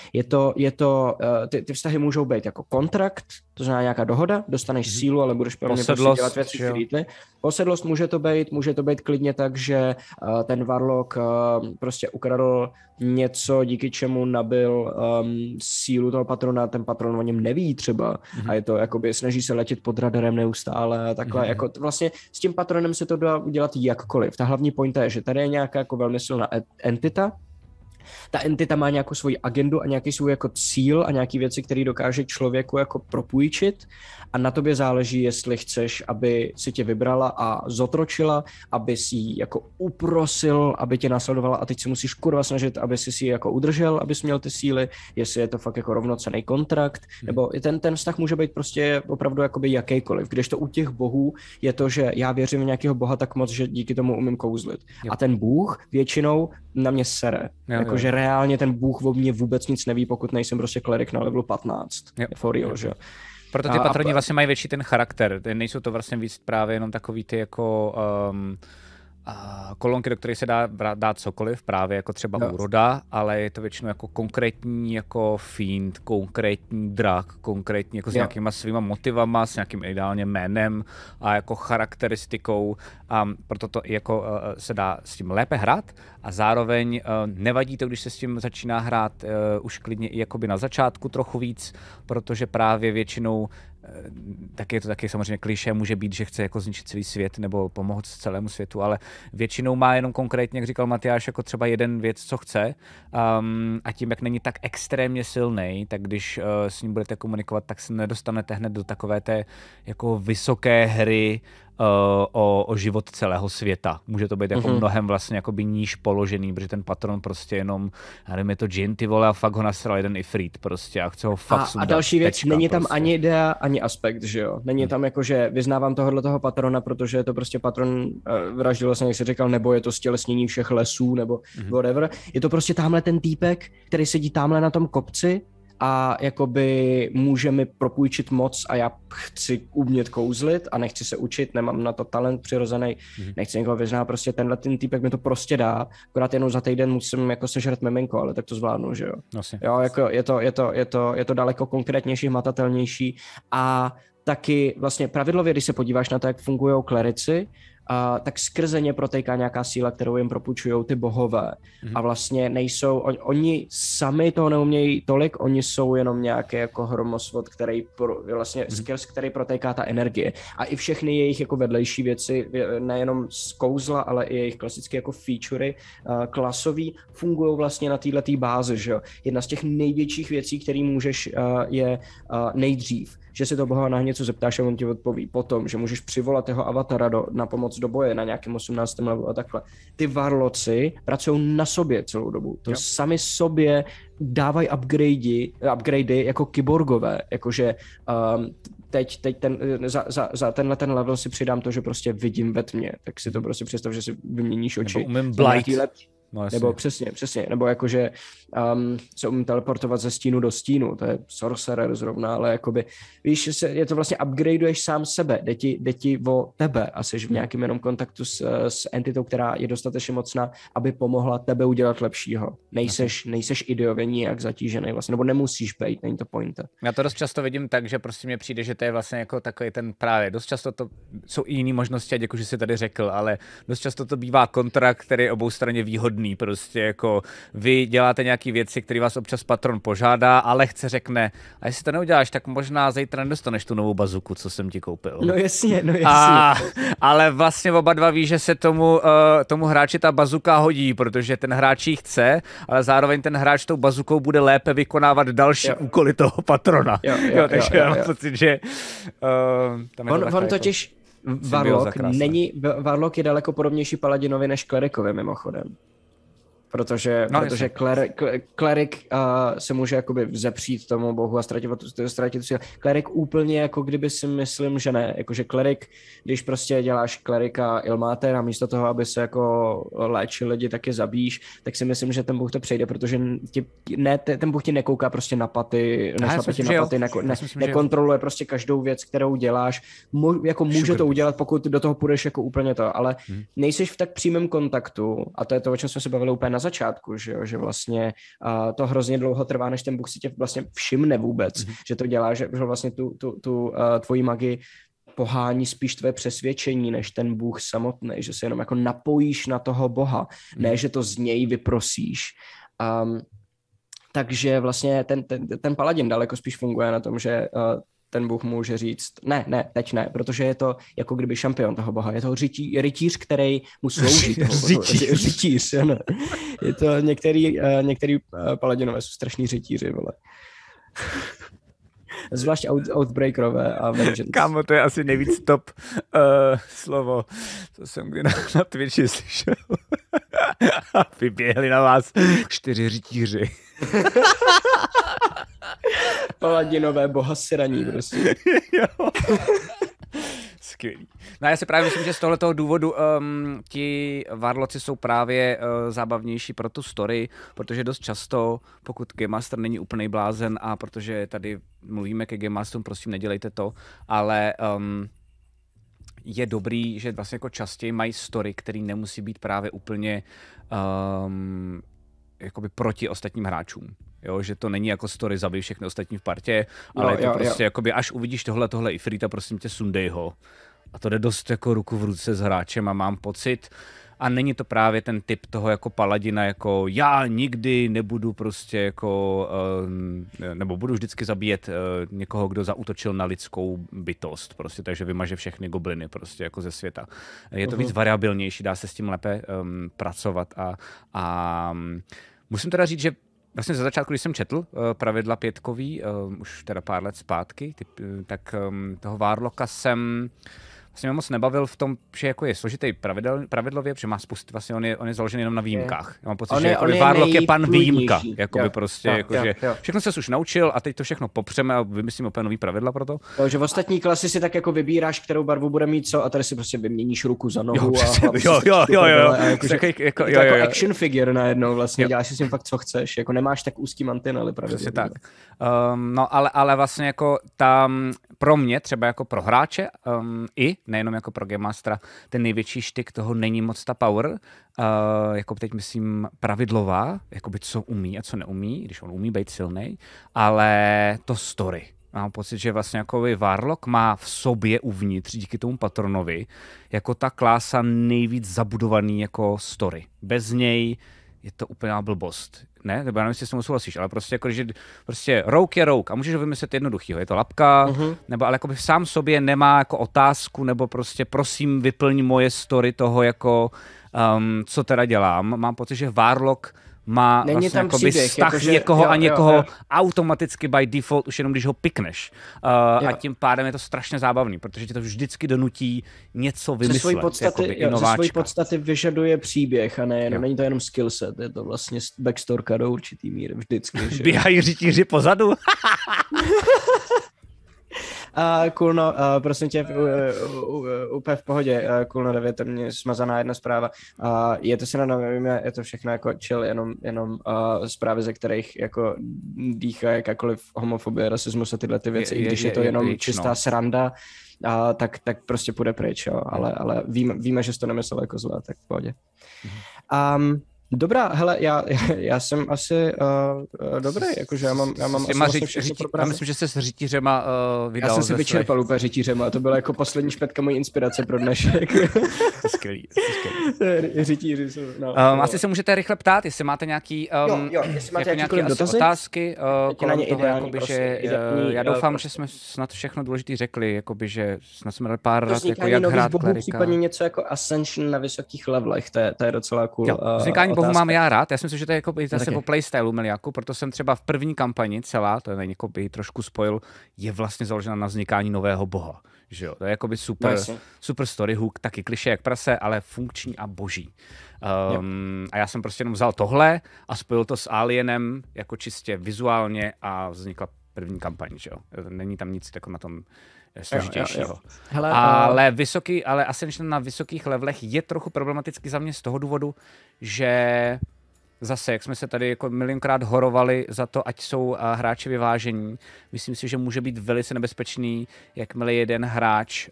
Ty vztahy můžou být jako kontrakt, to znamená nějaká dohoda, dostaneš sílu, ale budeš pro mě prostě dělat věci chvíli. Posedlost může to být klidně tak, že ten Warlock prostě ukradl něco, díky čemu nabyl sílu toho patrona, ten patron o něm neví třeba a je to jakoby snaží se letět pod radarem neustále a takhle, jako vlastně s tím patronem se to dá udělat jakkoliv. Ta hlavní pointa je, že tady je nějaká jako velmi silná entita. Ta entita má nějakou svoji agendu a nějaký svůj jako cíl a nějaký věci, které dokáže člověku jako propůjčit a na tobě záleží, jestli chceš, aby si tě vybrala a zotročila, aby si ji jako uprosil, aby tě následovala a teď si musíš kurva snažit, aby si ji jako udržel, abys měl ty síly, jestli je to fakt jako rovnocenný kontrakt, nebo ten vztah může být prostě opravdu jakoby jakýkoliv, kdežto u těch bohů je to, že já věřím v nějakého boha tak moc, že díky tomu umím kouzlit. A ten bůh většinou na mě sere. Jakože reálně ten bůh o mě vůbec nic neví, pokud nejsem prostě klerik na levelu 15. For real, že? Proto ty patroni vlastně mají větší ten charakter. Nejsou to vlastně víc právě jenom takový ty jako kolonky, do kterých se dá dát cokoliv, právě jako třeba úroda, ale je to většinou jako konkrétní jako fiend, konkrétní drak, konkrétní jako s nějakýma svýma motivama, s nějakým ideálně jménem a jako charakteristikou, a proto to jako se dá s tím lépe hrát a zároveň nevadí to, když se s tím začíná hrát už klidně i jakoby na začátku trochu víc, protože právě většinou tak je to taky samozřejmě klišé, může být, že chce jako zničit celý svět nebo pomoct celému světu, ale většinou má jenom konkrétně, jak říkal Matyáš, jako třeba jeden věc, co chce, a tím, jak není tak extrémně silnej, tak když s ním budete komunikovat, tak se nedostanete hned do takové té jako vysoké hry o život celého světa. Může to být jako mnohem vlastně jakoby níž položený, protože ten patron prostě jenom, já nevím, je to džin, ty vole, a fakt ho nasral jeden ifrit prostě a chce ho fakt sundat. A další věc, není tam prostě ani idea, ani aspekt, že jo? Není tam jako, že vyznávám toho patrona, protože je to prostě patron vraždil, vlastně, jak jsi říkal, nebo je to stělesnění všech lesů, nebo whatever. Je to prostě tamhle ten týpek, který sedí tamhle na tom kopci a jakoby může mi propůjčit moc a já chci umět kouzlit a nechci se učit, nemám na to talent přirozený, nechci někoho vyznávat, prostě tenhle ten týpek mi to prostě dá, akorát jenom za týden musím jako sežrat miminko, ale tak to zvládnu, že jo. Jo, jako je to daleko konkrétnější, hmatatelnější a taky vlastně pravidlově, když se podíváš na to, jak fungují klerici, tak skrze ně protéká nějaká síla, kterou jim propůjčují ty bohové. A vlastně nejsou, oni sami toho neumějí tolik, oni jsou jenom nějaký jako hromosvod, který vlastně skrz který protéká ta energie. A i všechny jejich jako vedlejší věci, nejenom z kouzla, ale i jejich klasické jako featurey klasový, fungují vlastně na této bázi, že jo. Jedna z těch největších věcí, který můžeš, je nejdřív, že si to boha na něco zeptáš a on ti odpoví. Potom, že můžeš přivolat jeho avatara na pomoc do boje na nějakém 18. levelu a takhle. Ty varloci pracují na sobě celou dobu. To sami sobě dávají upgradey jako kyborgové. Jakože teď za tenhle ten level si přidám to, že prostě vidím ve tmě. Tak si to prostě představ, že si vyměníš oči. Nebo umím blight. No, nebo přesně, nebo jakože se umím teleportovat ze stínu do stínu, to je sorcerer zrovna, ale jakoby, víš, je to vlastně upgradeuješ sám sebe, jde ti o tebe a jsi v nějakém jenom kontaktu s entitou, která je dostatečně mocná, aby pomohla tebe udělat lepšího. Nejseš ideově nijak zatížený vlastně, nebo nemusíš být, není to point. Já to dost často vidím tak, že prostě mně přijde, že to je vlastně jako takový ten právě, dost často to jsou i jiné možnosti, a děkuji, že jsi tady řekl, ale dost často to bývá kontrakt, který je oboustranně výhodný. Prostě jako vy děláte nějaký věci, které vás občas patron požádá, ale chce řekne, a jestli to neuděláš, tak možná zítra nedostaneš tu novou bazuku, co jsem ti koupil. No jasně. Ale vlastně oba dva ví, že se tomu hráči ta bazuka hodí, protože ten hráč ji chce, ale zároveň ten hráč tou bazukou bude lépe vykonávat další úkoly toho patrona. Takže já mám pocit, že on totiž Warlock je daleko podobnější paladinovi než klerikovi mimochodem. Protože klerik se může jakoby vzepřít tomu bohu a ztratit sílu. Klerik úplně jako kdyby si myslím, že ne. Jakože klerik, když prostě děláš klerika Ilmater a místo toho, aby se jako léčil lidi, tak je zabíš, tak si myslím, že ten bůh to přejde, protože ten bůh ti nekouká prostě na paty, nekontroluje prostě každou věc, kterou děláš. Jako může to udělat, pokud do toho půjdeš jako úplně to, ale nejseš v tak přímém kontaktu, a to je to, o čem jsme se bavili úplně na začátku, že vlastně to hrozně dlouho trvá, než ten bůh si tě vlastně všimne vůbec, že to dělá, že vlastně tu tvoji magii pohání spíš tvé přesvědčení, než ten bůh samotný, že se jenom jako napojíš na toho boha, ne, že to z něj vyprosíš. Takže vlastně ten paladin daleko spíš funguje na tom, že ten bůh může říct, ne, teď ne, protože je to jako kdyby šampion toho boha, je to rytíř, který mu slouží. Rytíř, ano. Je to některý paladinové jsou strašní rytíři, vole. Zvlášť Outbreakerové a Vengeance. Kámo, to je asi nejvíc top slovo, co jsem kdy na Twitchi slyšel. Vyběhli na vás 4 rytíři. Paladinové bohasiraní, prostě. Jo. Skvělý. No já si právě myslím, že z tohoto důvodu ti varloci jsou právě zábavnější pro tu story, protože dost často, pokud Game Master není úplnej blázen, a protože tady mluvíme ke Game Masterům, prosím, nedělejte to, ale je dobrý, že vlastně jako častěji mají story, který nemusí být právě úplně jakoby proti ostatním hráčům. Jo, že to není jako story zabij všechny ostatní v partě, ale je to prostě jakoby, až uvidíš tohle Ifrita, prosím tě, sundej ho. A to jde dost jako ruku v ruce s hráčem a mám pocit, a není to právě ten typ toho jako paladina, jako já nikdy nebudu prostě jako, nebo budu vždycky zabíjet někoho, kdo zaútočil na lidskou bytost, prostě, takže vymaže všechny gobliny prostě jako ze světa. Je to víc variabilnější, dá se s tím lépe pracovat a musím teda říct, že vlastně za začátku, když jsem četl pravidla 5, už teda pár let zpátky, tak toho Warlocka jsem vlastně mě moc nebavil v tom, že jako je složitý pravidlově, protože má spoustu, vlastně on je založený jenom na výjimkách. Já mám pocit, že Warlock je pan výjimka, jakoby prostě, jakože všechno se už naučil a teď to všechno popřeme a vymyslíme úplně nový pravidla pro to. Jo, že v ostatní klasy si tak jako vybíráš, kterou barvu bude mít co a tady si prostě vyměníš ruku za nohu jo. Jako action figure najednou vlastně, děláš si s tím fakt co chceš, jako nemáš tak úzký mantinely pravidlově. Tak. No ale vlastně jako tam pro mě třeba jako pro hráče i nejenom jako pro Game Mastera, ten největší štyk toho není moc ta power, jako teď myslím pravidlová, jakoby co umí a co neumí, když on umí být silnej, ale to story. Mám pocit, že vlastně jako Warlock má v sobě uvnitř, díky tomu patronovi, jako ta klása nejvíc zabudovaný jako story. Bez něj je to úplná blbost. Ne? Nebo já nevím, jestli s tím souhlasíš, ale prostě jako, že prostě rouk je rouk a můžeš ho vymyslet jednoduchýho. Je to lapka, nebo ale jako sám sobě nemá jako otázku, nebo prostě prosím vyplň moje story toho jako, co teda dělám. Mám pocit, že Warlock má není vlastně jakoby vztah jako, někoho a někoho automaticky by default už jenom když ho pikneš. A tím pádem je to strašně zábavný, protože ti to vždycky donutí něco vymyslet. Ze svojí podstaty vyžaduje příběh a není to jenom skillset, je to vlastně backstorka do určitý míry vždycky. Běhají rytíři pozadu. Kulno, prosím tě, úplně v pohodě, Kulno 9, to mě smazaná jedna zpráva. Je to si nevíme, je to všechno jako chill, jenom zprávy, ze kterých jako dýchá jakákoliv homofobie, rasismus a tyhle ty věci, i když je to jenom čistá sranda, tak prostě půjde pryč, jo, ale víme, že jsi to nemyslel jako zlé, tak v pohodě. Dobrá, hele, já jsem asi dobrý, jakože já mám asi vlastně všechno pro práci. Já myslím, že jsi s rytířema vydal. Já jsem si vyčerpal úplně rytířema a to byla jako poslední špetka mojí inspirace pro dnešek. Skvělý. Rytíři jsou, asi se můžete rychle ptát, jestli máte nějaký jestli máte jakýkoliv dotazy, otázky kolem toho, jakoby, že já doufám, že jsme snad všechno důležité řekli, jakoby, že snad jsme dali pár rad, jako jak hrát klerika. Případně něco jako Ascension na vysokých levelech, to je docela cool. Bohu mám já rád, já si myslím, že to je jako zase po playstylu miliáku, proto jsem třeba v první kampani celá, to je jako by trošku spojil, je vlastně založena na vznikání nového boha. Že jo? To je jakoby super story hook, taky klišé jak prase, ale funkční a boží. A já jsem prostě jenom vzal tohle a spojil to s Alienem jako čistě vizuálně a vznikla první kampaň. Že jo? Není tam nic jako na tom složitějšího. Ale Ascension na vysokých levelech je trochu problematický za mě z toho důvodu, že zase, jak jsme se tady jako milionkrát horovali za to, ať jsou hráči vyvážení, myslím si, že může být velice nebezpečný, jakmile jeden hráč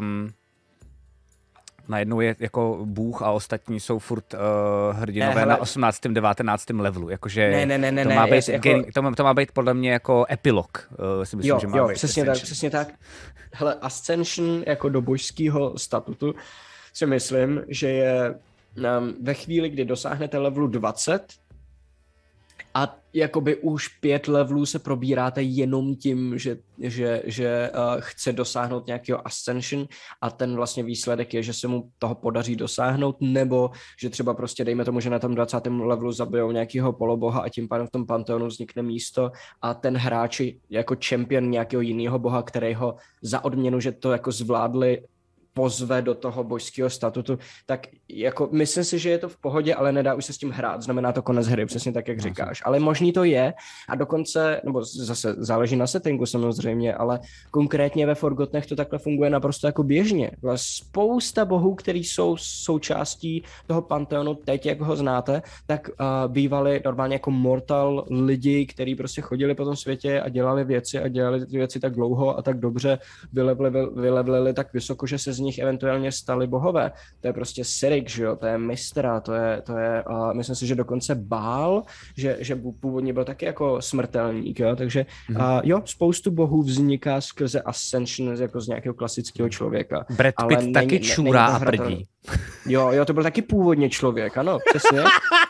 najednou je jako bůh a ostatní jsou furt hrdinové na 18. 19. levelu. Jakože to má být podle mě jako epilog. Si myslím, že má být přesně tak. Hele, Ascension jako do božského statutu si myslím, že je ve chvíli, kdy dosáhnete levelu 20 a jakoby už 5 levelů se probíráte jenom tím, že chce dosáhnout nějakého Ascension a ten vlastně výsledek je, že se mu toho podaří dosáhnout, nebo že třeba prostě dejme tomu, že na tom 20. levelu zabijou nějakého poloboha a tím pádem v tom panteonu vznikne místo a ten hráč jako champion nějakého jiného boha, který ho za odměnu, že to jako zvládli, pozve do toho božského statutu, tak jako myslím si, že je to v pohodě, ale nedá už se s tím hrát, znamená to konec hry, přesně tak, jak říkáš. Ale možný to je a dokonce, nebo zase záleží na settingu samozřejmě, ale konkrétně ve Forgottenech to takhle funguje naprosto jako běžně. Spousta bohů, který jsou součástí toho panteonu teď, jak ho znáte, tak bývali normálně jako mortal lidi, kteří prostě chodili po tom světě a dělali věci tak dlouho a tak dobře, vylevlili tak vysoko, že se z nich eventuálně stali bohové. To je prostě Sirik, že jo, to je Mistra, to je myslím si, že dokonce Bál, že původně byl taky jako smrtelník, jo, takže jo, spoustu bohů vzniká skrze Ascension jako z nějakého klasického člověka. Brad Pitt taky čůrá a prdí. Jo, to byl taky původně člověk, ano, přesně.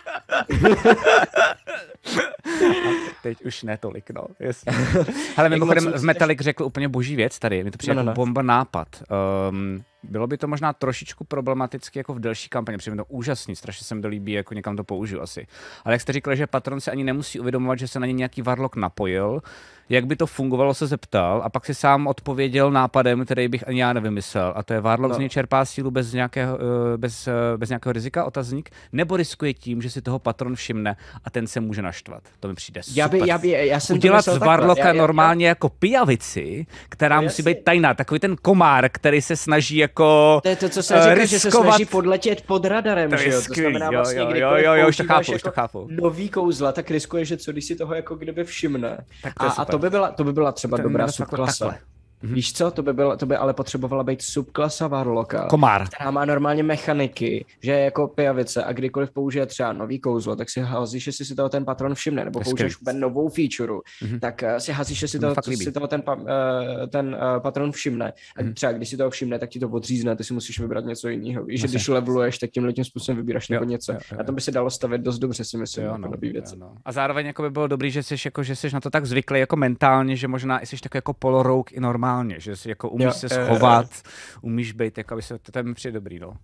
Teď už ne tolik, no. Jasně. Hele, mimochodem v Metalik řekl úplně boží věc tady, mi to přijde jako bomba nápad. Bylo by to možná trošičku problematicky jako v delší kampani, protože mi to úžasný, strašně se mi to líbí, jako někam to použiju asi. Ale jak jste říkali, že patron se ani nemusí uvědomovat, že se na ně nějaký Warlock napojil, jak by to fungovalo, se zeptal a pak si sám odpověděl nápadem, který bych ani já nevymyslel. A to je Warlock z něj čerpá sílu bez nějakého rizika, otazník, nebo riskuje tím, že si toho patron všimne a ten se může naštvat. To mi přijde super. Já jsem udělat z Warlocka normálně jako pijavici, která musí být tajná. Takový ten komár, který se snaží jako to je to, co jsem říkal, že se snaží podletět pod radarem, že jo? To znamená vlastně, už to chápu. Nový kouzla, tak riskuje, že co, když si toho jako kdyby všimne. A to by byla třeba dobrá subklasa. Víš co, to by ale potřebovala být subklasa Warlocka, komár, která má normálně mechaniky, že je jako pijavice a kdykoliv použije třeba nový kouzlo, tak si házíš, jestli si toho ten patron všimne, nebo použiješ novou feature, tak si házíš, jestli toho ten patron všimne. A třeba když si toho všimne, tak ti to odřízne, ty si musíš vybrat něco jiného. Víš, že když leveluješ, tak tímhletím způsobem vybíráš nebo něco. A to by se dalo stavět dost dobře, si myslím, jako nový věci. A zároveň jako by bylo dobrý, že jsi na to tak zvyklý jako mentálně, že možná jsi tak jako polorouk i normálně, že si jako umíš se schovat, umíš být, jako aby se to mi přijde dobrý, no.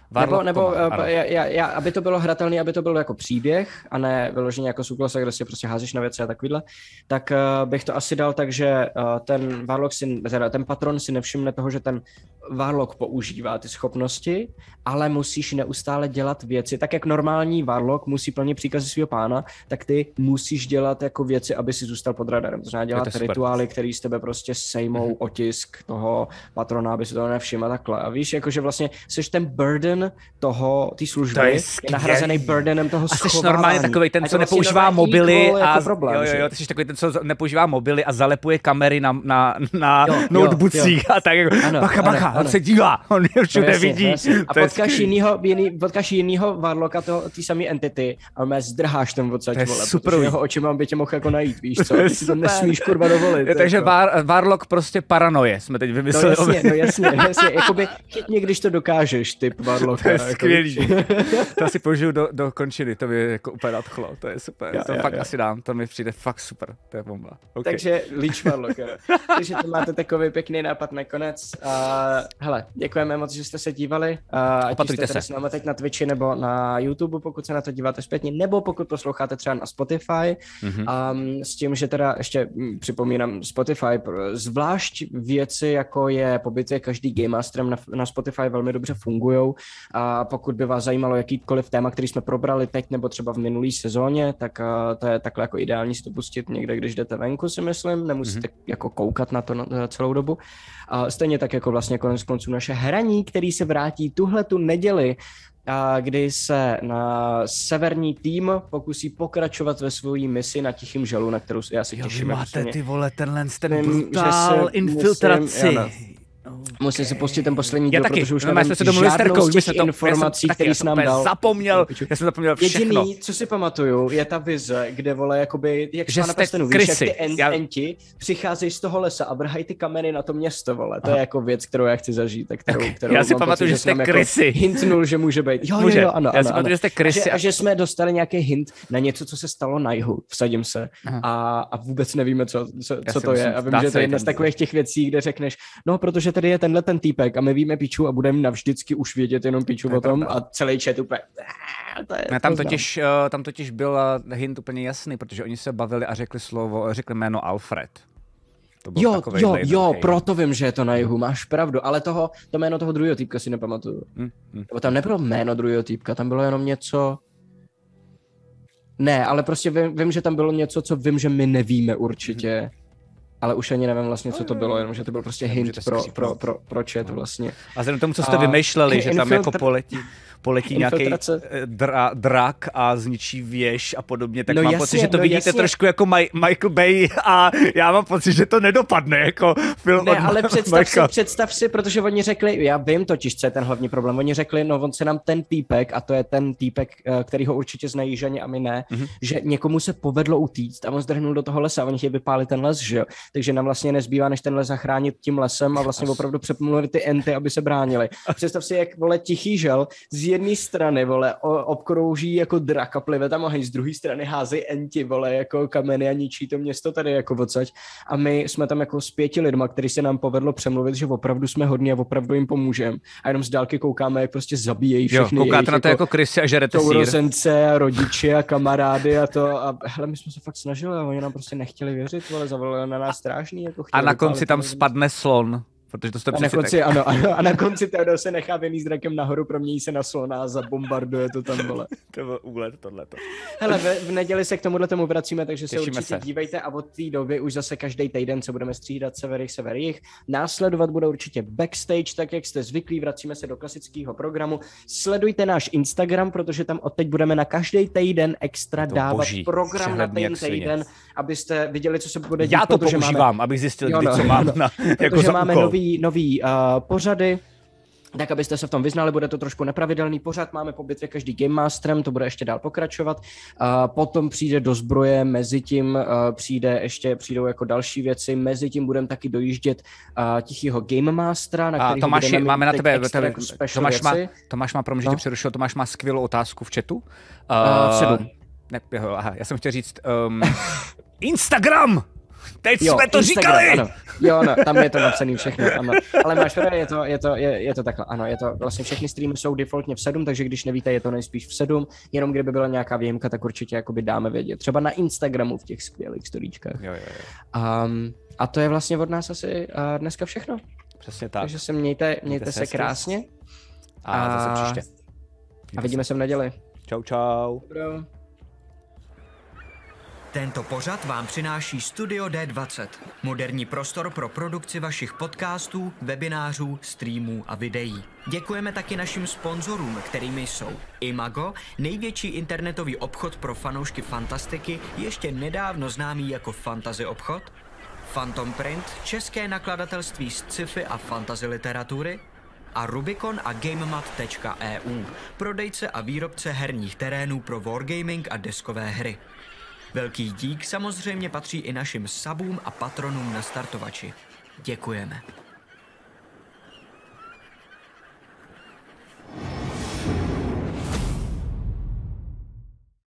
Aby to bylo hratelné, aby to bylo jako příběh a ne vyloženě jako subklasa, kde si prostě házíš na věci a takovýhle, tak bych to asi dal tak, že ten Warlock ten patron si nevšimne toho, že ten Warlock používá ty schopnosti, ale musíš neustále dělat věci, tak jak normální Warlock musí plnit příkazy svého pána, tak ty musíš dělat jako věci, aby si zůstal pod radarem. To znamená dělat rituály, který z tebe prostě sejmou otisk toho patrona, aby si toho nevšiml a takhle. A víš, jakože vlastně jsi ten burden té služby je nahrazený burdenem toho schovávání. A jsi normálně takovej ten, co nepoužívá mobily a ty jsi takový ten, co nepoužívá mobily a zalepuje kamery na notebookcích a tak jako bacha, on se dívá, on je všude vidí. A potkáš jinýho Warlocka té samé entity a mě zdrháš ten odsaď, vole, protože jeho očima by tě mohl jako najít, víš co? Ty si to nesmíš kurva dovolit. Takže Warlock prostě paranoje jsme teď vymysleli. No jasně, jakoby chytně, když to dokážeš, typ Warlocka. To je skvělý. To asi použiju do končiny, to by jako úplně nadchlo, to je super. To fakt asi dám, to mi přijde fakt super, to je bomba. Okay. Takže Leech Warlock, takže to máte takový pěkný nápad nakonec. Hele, děkujeme moc, že jste se dívali. Ať jste tady s námi teď na Twitchi nebo na YouTube, pokud se na to díváte zpětně, nebo pokud posloucháte třeba na Spotify. S tím, že teda ještě připomínám Spotify, zvlášť věci, jako je po bitvě každý Game Masterem na Spotify velmi dobře fungujou. A pokud by vás zajímalo jakýkoliv téma, který jsme probrali teď nebo třeba v minulý sezóně, tak to je takhle jako ideální si to pustit někde, když jdete venku, si myslím, nemusíte jako koukat na to celou dobu. A stejně tak jako vlastně konec konců naše hraní, který se vrátí tuhletu neděli, kdy se na severní tým pokusí pokračovat ve svojí misi na Tichým žalu, na kterou já si těším. Máte ty vole, ten brutál infiltraci. Musím si pustit ten poslední díl, protože už nevím žádnou z těch informací, který jsi nám dal. Já jsem zapomněl všechno. Jediný, co si pamatuju, je ta vize, kde vole, jakoby, jak že na prstenu, víš, jak ty enti přicházejí z toho lesa a vrhají ty kameny na to město, vole. To je jako věc, kterou já chci zažít. Kterou já si pamatuju, že jste krysy. Jako hintnul, že může být. Jo, ano. Já si pamatuju, že jste krysy. A že jsme dostali nějaký hint na něco, co se stalo na jihu, vsadím se. A vůbec nevíme, co to je. A vím, že to je jedna z takových těch věcí, kde řekneš, no, protože tady je tenhle ten týpek a my víme piču a budeme navždycky už vědět jenom piču o tom a celý chat úplně... Tam totiž byl hint úplně jasný, protože oni se bavili a řekli jméno Alfred. Jo, proto vím, že je to na jihu, máš pravdu, ale to jméno toho druhého týpka si nepamatuju. Nebo tam nebylo jméno druhého týpka, tam bylo jenom něco... Ne, ale prostě vím, že tam bylo něco, co vím, že my nevíme určitě. Ale už ani nevím vlastně, co to bylo, jenom že to byl prostě hint pro chat vlastně. A vzhledem tomu, co jste vymýšleli, že tam jako poletí nějaký drak a zničí věž a podobně, tak mám pocit, že to vidíte trošku jako Michael Bay a já mám pocit, že to nedopadne jako film ne, od ale představ si, protože oni řekli, já vím totiž, co je ten hlavní problém, oni řekli, no on se nám ten týpek, a to je ten týpek, který ho určitě znají ženi a my ne, že někomu se povedlo utíct a on zdrhnul do toho lesa a oni chtějí vypálit ten les, že jo, takže nám vlastně nezbývá, než ten les zachránit tím lesem a vlastně opravdu přepmluvit ty enty, aby se bránili. Představ si, jak, vole, tichý žel z jedné strany, vole, obkrouží jako drak a plive tam oheň, z druhé strany házejí enti, vole, jako kameny a ničí to město tady jako odsaď. A my jsme tam jako s 5 lidma, který se nám povedlo přemluvit, že opravdu jsme hodní a opravdu jim pomůžeme. A jenom z dálky koukáme, jak prostě zabíjejí všechny. Jo, koukáte na to jako krysy a žerete sýr. Sourozence a rodiče a kamarády a to. A hele, my jsme se fakt snažili a oni nám prostě nechtěli věřit, vole, zavolali na nás strážný. Jako a na konci tam spadne slon. Protože to jste na konci, ano, a na konci Theodor se nechá vyníst drakem nahoru, promění se na slona a zabombarduje to tam, vole. To byl úlet, tohleto. Hele, v neděli se k tomu vracíme, takže se Těšíme určitě dívejte a od té doby už zase každý týden se budeme střídat sever jih. Následovat bude určitě backstage, tak jak jste zvyklí, vracíme se do klasického programu. Sledujte náš Instagram, protože tam odteď budeme na každý týden extra dávat program na ten týden, abyste viděli, co se bude dít. Já to používám, abych zjistil, co mám jako za máme nový pořady, tak abyste se v tom vyznali, bude to trošku nepravidelný pořad, máme po bitvě každý Game Masterem, to bude ještě dál pokračovat, potom přijde do zbroje, mezi tím přijdou jako další věci, mezi tím budeme taky dojíždět tichýho Game Mastera, na kterého budeme mít máme na tebe jako Tomáš má, promiň, že tě přerušil, Tomáš má skvělou otázku v chatu. 7. Ne, já jsem chtěl říct, Instagram! Teď jsme to Instagram, říkali! Ano. Jo, no, tam je to napsaný všechno, ano. Ale máš pravdu, je to takhle, ano, je to vlastně všechny streamy jsou defaultně v 7, takže když nevíte, je to nejspíš v 7, jenom kdyby byla nějaká výjimka, tak určitě jakoby dáme vědět. Třeba na Instagramu v těch skvělých storíčkách. Jo. A to je vlastně od nás asi dneska všechno. Přesně tak. Takže se mějte se krásně. A zase příště. A vidíme se v neděli. Čau. Dobro. Tento pořad vám přináší Studio D20, moderní prostor pro produkci vašich podcastů, webinářů, streamů a videí. Děkujeme taky našim sponzorům, kterými jsou Imago, největší internetový obchod pro fanoušky fantastiky, ještě nedávno známý jako Fantasy obchod, Phantom Print, české nakladatelství z sci-fi a fantasy literatury, a Rubicon a GameMat.eu, prodejce a výrobce herních terénů pro wargaming a deskové hry. Velký dík samozřejmě patří i našim subům a patronům na startovači. Děkujeme.